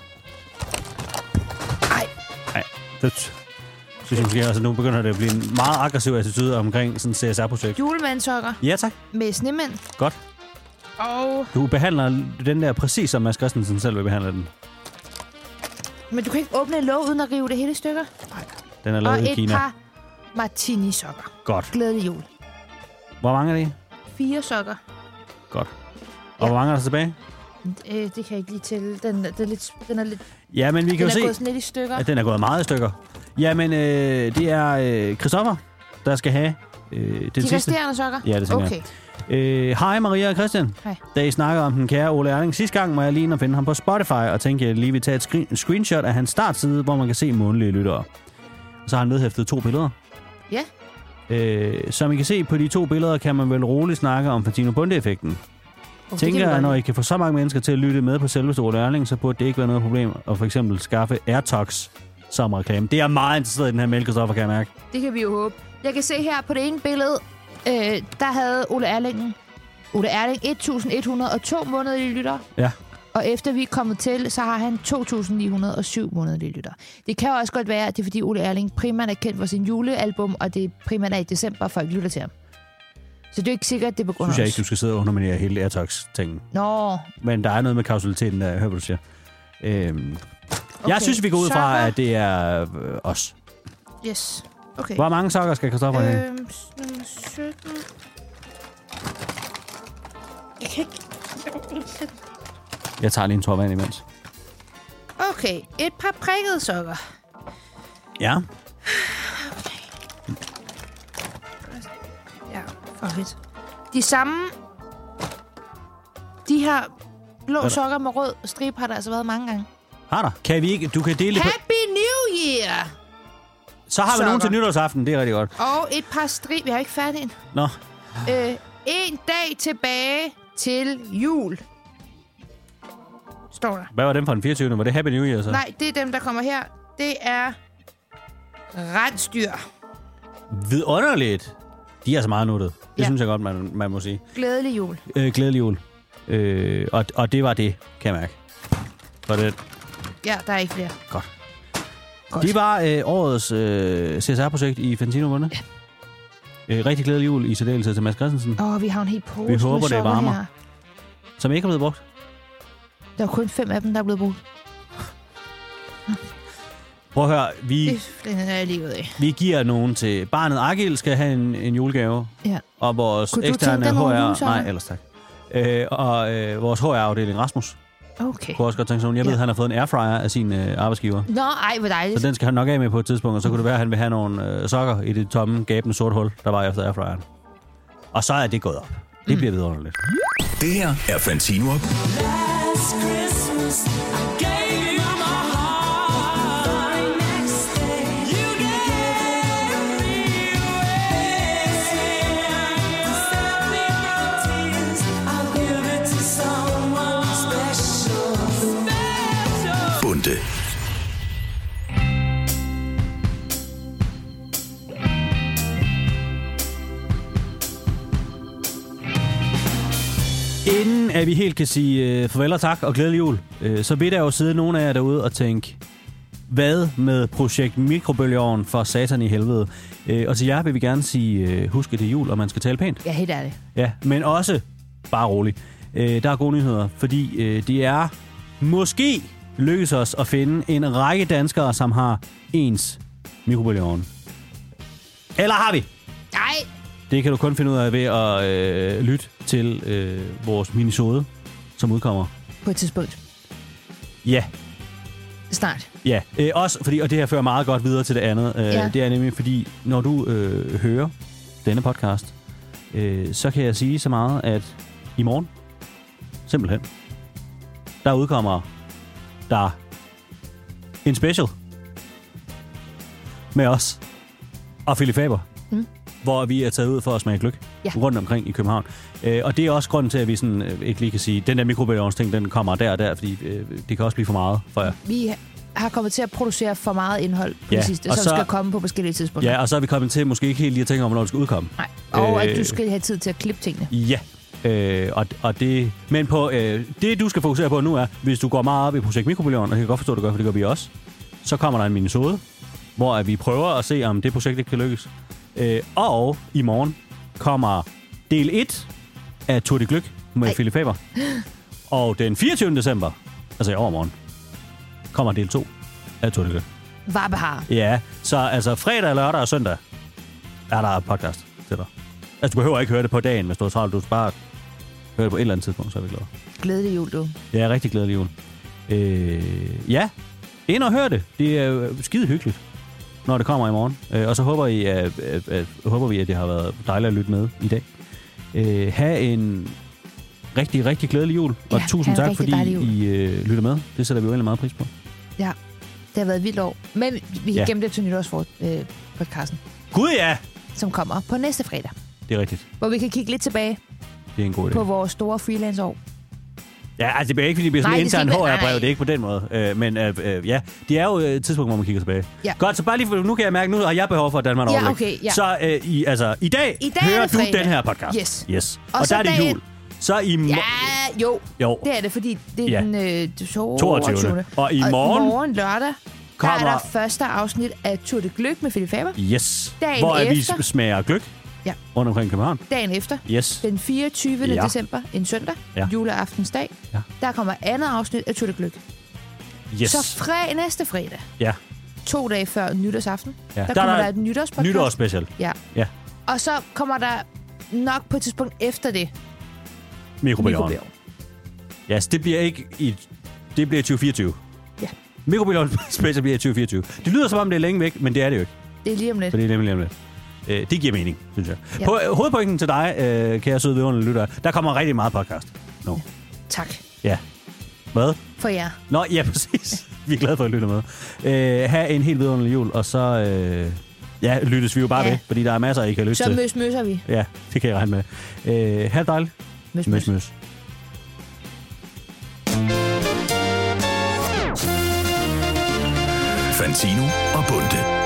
Ej. Nej, det synes jeg måske også, nu begynder det at blive en meget aggressiv attitude omkring sådan et C S R-projekt. Julemandssokker Ja, tak. med snemænd. Godt. Og... Du behandler den der præcis, som Mads Christensen selv vil behandle den. Men du kan ikke åbne en låg uden at rive det hele i stykker. Nej. Den er lavet Og i et Kina. par martini-sokker. Godt. Glædelig jul. Hvor mange er det? Fire sokker. Godt. Og Ja. hvor mange er der tilbage? Øh, det kan jeg ikke lige tælle. Den, den, er lidt, den er lidt... Ja, men vi kan Den jo er se, gået sådan lidt i stykker. at den er gået meget i stykker. Jamen, øh, det er øh, Christoffer, der skal have øh, den De sidste. resterende sokker? Ja, det tænker Okay. jeg. Øh, Hej Maria og Christian. Hej. Da I snakker om den kære Ole Erling sidste gang, må jeg lige ind og finde ham på Spotify, og tænke, at jeg lige vil tage et screen- screenshot af hans startside, hvor man kan se månedlige lyttere. Og så har han vedhæftet to billeder. Ja. Øh, som I kan se på de to billeder, kan man vel roligt snakke om Fantino Bunde-effekten. Oh, Tænker jeg, at når I kan få så mange mennesker til at lytte med på selveste Ole Erling, så burde det ikke være noget problem at for eksempel skaffe AirTogs som reklame. Det er meget interesseret i den her mail, Christoffer, kan jeg mærke. Det kan vi jo håbe. Jeg kan se her på det ene billede, øh, der havde Ole Erling, Ole Erling et tusind et hundrede og to månederlige lyttere. Ja. Og efter vi er kommet til, så har han to tusind ni hundrede og syv månederlige lyttere. Det kan jo også godt være, at det er fordi Ole Erling primært er kendt for sin julealbum, og det primært er i december, folk lytter til ham. Så det er ikke sikkert, at det er på grund af Synes jeg os. ikke, du skal sidde og underminere hele AirTogs-tingen. Nå, Men der er noget med kausaliteten, der jeg hører, hvad du siger. Øhm, okay. Jeg synes, vi går ud fra, Sokker. at det er øh, os. Yes. Okay. Hvor mange sokker skal Christoffer have? Øhm, nummer sytten. Jeg kan ikke... Jeg tager lige en tår vand imens. Okay, et par prikkede sokker. Ja. Ja, fuck it. De samme... De her blå sokker med rød stribe har der altså været mange gange. Har der? Kan vi ikke? Du kan dele det på... Happy New Year! Så har vi nogen sokker. til nytårsaften. Det er rigtig godt. Og et par stribe... Jeg er ikke færdig endnu. Nå. Øh, en dag tilbage til jul. Står der. Hvad var den for den fireogtyvende? Var det Happy New Year så? Nej, det er dem, der kommer her. Det er rensdyr. Vidunderligt. De er så meget nuttet. Det Ja. synes jeg godt, man, man må sige. Glædelig jul. Øh, glædelig jul. Øh, og, og det var det, kan jeg mærke. For det. Ja, der er ikke flere. Godt. Godt. Det var øh, årets øh, C S R-projekt i Fantino Bunde. Ja. Øh, rigtig glædelig jul i særdeleshed til Mads Christensen, Åh, oh, vi har en helt pose Vi håber, med det er sokker varmere. her. som ikke er blevet brugt. Der er kun fem af dem, der er blevet brugt. Prøv at høre, vi, Det finder jeg lige ud af. vi giver nogen til barnet. Agil skal have en, en julegave. Ja. Og vores Kunne du eksterne tænke dig nogle H R... julesokker? Nej, ellers tak. Øh, og øh, vores H R-afdeling, Rasmus, Okay. kunne også godt tænke sig nogen. Jeg ved, Ja. han har fået en airfryer af sin øh, arbejdsgiver. Nå, ej, hvor dejligt. Så den skal han nok af med på et tidspunkt, og så kunne det være, at han vil have nogle øh, sokker i det tomme, gabende sorte hul, der var efter airfryeren. Og så er det gået op. Det bliver vidunderligt. Det her er Fantino op. Last Christmas, I gave you my heart. The very next day, you gave me away. To save me from tears, I'll give it to someone special. Special. Bunde. Inden at vi helt kan sige øh, farvel og tak og glædelig jul, øh, så vil der jo sidde nogen af jer derude og tænke, hvad med projekt mikrobølgeovn for satan i helvede? Øh, og til jer vil vi gerne sige, øh, husk at det er jul, og man skal tale pænt. Ja, helt ærligt. Ja, men også, bare rolig, øh, der er gode nyheder, fordi øh, det er måske lykkes os at finde en række danskere, som har ens mikrobølgeovn. Eller har vi? Nej. Det kan du kun finde ud af ved at øh, lytte til øh, vores minisode, som udkommer. På et tidspunkt. Ja. snart. Ja, øh, også fordi, og det her fører meget godt videre til det andet. Øh, Ja. Det er nemlig fordi, når du øh, hører denne podcast, øh, så kan jeg sige så meget, at i morgen, simpelthen, der udkommer der en special med os og Philip Faber, Mm. hvor vi er taget ud for at smage gløgg Ja. rundt omkring i København. Øh, og det er også grunden til, at vi sådan, øh, ikke lige kan sige, den der mikrobølgeovnsting, den kommer der og der, fordi øh, det kan også blive for meget for jer. Vi har kommet til at producere for meget indhold på Ja, det sidste, og som så- skal komme på forskellige tidspunkter. Ja, og så er vi kommet til måske ikke helt lige at tænke over, hvornår det skal udkomme. Nej. Og Øh, at du skal have tid til at klippe tingene. Ja, øh, og, og det, men på, øh, det du skal fokusere på nu er, hvis du går meget op i projekt mikrobølgeovn, og jeg kan godt forstå, at du gør, for det gør vi også, så kommer der en minisode, hvor at vi prøver at se, om det projekt ikke kan lykkes. Øh, og i morgen kommer del et af Tour de Gløgg med Ej. Philip Faber. Og den fireogtyvende december, altså i overmorgen, kommer del to af Tour de Gløgg. Varbehar. Ja, så altså fredag, lørdag og søndag er der podcast til dig. Altså, du behøver ikke høre det på dagen, hvis du er travlt. Du skal bare høre det på et eller andet tidspunkt, så er vi glade. Glædelig jul, du. Ja, rigtig glædelig jul. Øh, ja, ind og hør det. Det er jo skide hyggeligt, når det kommer i morgen. Øh, og så håber, I, at, at, at, håber vi, at det har været dejligt at lytte med i dag. Øh, ha' en rigtig, rigtig glædelig jul. Og Ja, tusind ha' en tak, rigtig fordi dejlig jul. I øh, lytter med. Det sætter vi jo egentlig meget pris på. Ja, det har været et vildt år. Men vi kan Ja. gemme det til nytårspodcasten, Gud ja! som kommer på næste fredag. Det er rigtigt. Hvor vi kan kigge lidt tilbage Det er en god idé. på vores store freelance-år. Ja, altså det bliver ikke, fordi det bliver sådan Nej, en det skal intern ikke være- H R-brev, nej. det er ikke på den måde. Øh, men øh, øh, ja, det er jo et tidspunkt, hvor man kigger tilbage. Ja. Godt, så bare lige for, nu kan jeg mærke, nu har jeg behov for at danne mig en Ja, overblik. okay, ja. Så øh, i, altså, i dag, I dag er hører det du fredag. den her podcast. Yes. yes. Og Og, så der er det dagen- jul. Så i Ja, morgen... jo. Jo. Det er det, fordi det er Ja. den øh, toogtyvende. toogtyvende. Og i Og morgen i morgen lørdag, der kommer- er der første afsnit af Tour de Gløgg med Philip Faber. Yes. Dagen hvor at efter- vi smager gløgg Ja. rundt omkring København. Dagen efter, Yes. den fireogtyvende Ja. december, en søndag, Ja. juleaftensdag, Ja. der kommer andet afsnit af Tour de Gløgg. Yes. Så fre næste fredag, Ja. to dage før nytårsaften, Ja. der, Der er kommer der der et nytårspodcast. Nytårsspecial. Ja. Ja. Og så kommer der nok på et tidspunkt efter det Mikrobølgeovn. mikrobølgeovn. Ja, yes, det bliver ikke i... Det bliver i tyve fireogtyve. Ja. Mikrobølgeovn special bliver i tyve fireogtyve. Det lyder som om, det er længe væk, men det er det jo ikke. Det er lige om lidt. For det er nemlig om lidt. Øh, det giver mening, synes jeg. Ja. På øh, hovedpointen til dig, øh, kære søde vidunderlige lytter, der kommer rigtig meget podcast nu. Tak Ja. Hvad? for jer. Nå, ja, præcis. Vi er glade for, at I lytter med. Øh, ha' en helt vidunderlig jul, og så øh, ja, lyttes vi jo bare Ja. ved, fordi der er masser, I kan lytte Så til. møs møsser vi. Ja, det kan jeg regne med. Øh, ha' det dejligt. Møs Møs, møs. møs. Fantino og Bunde.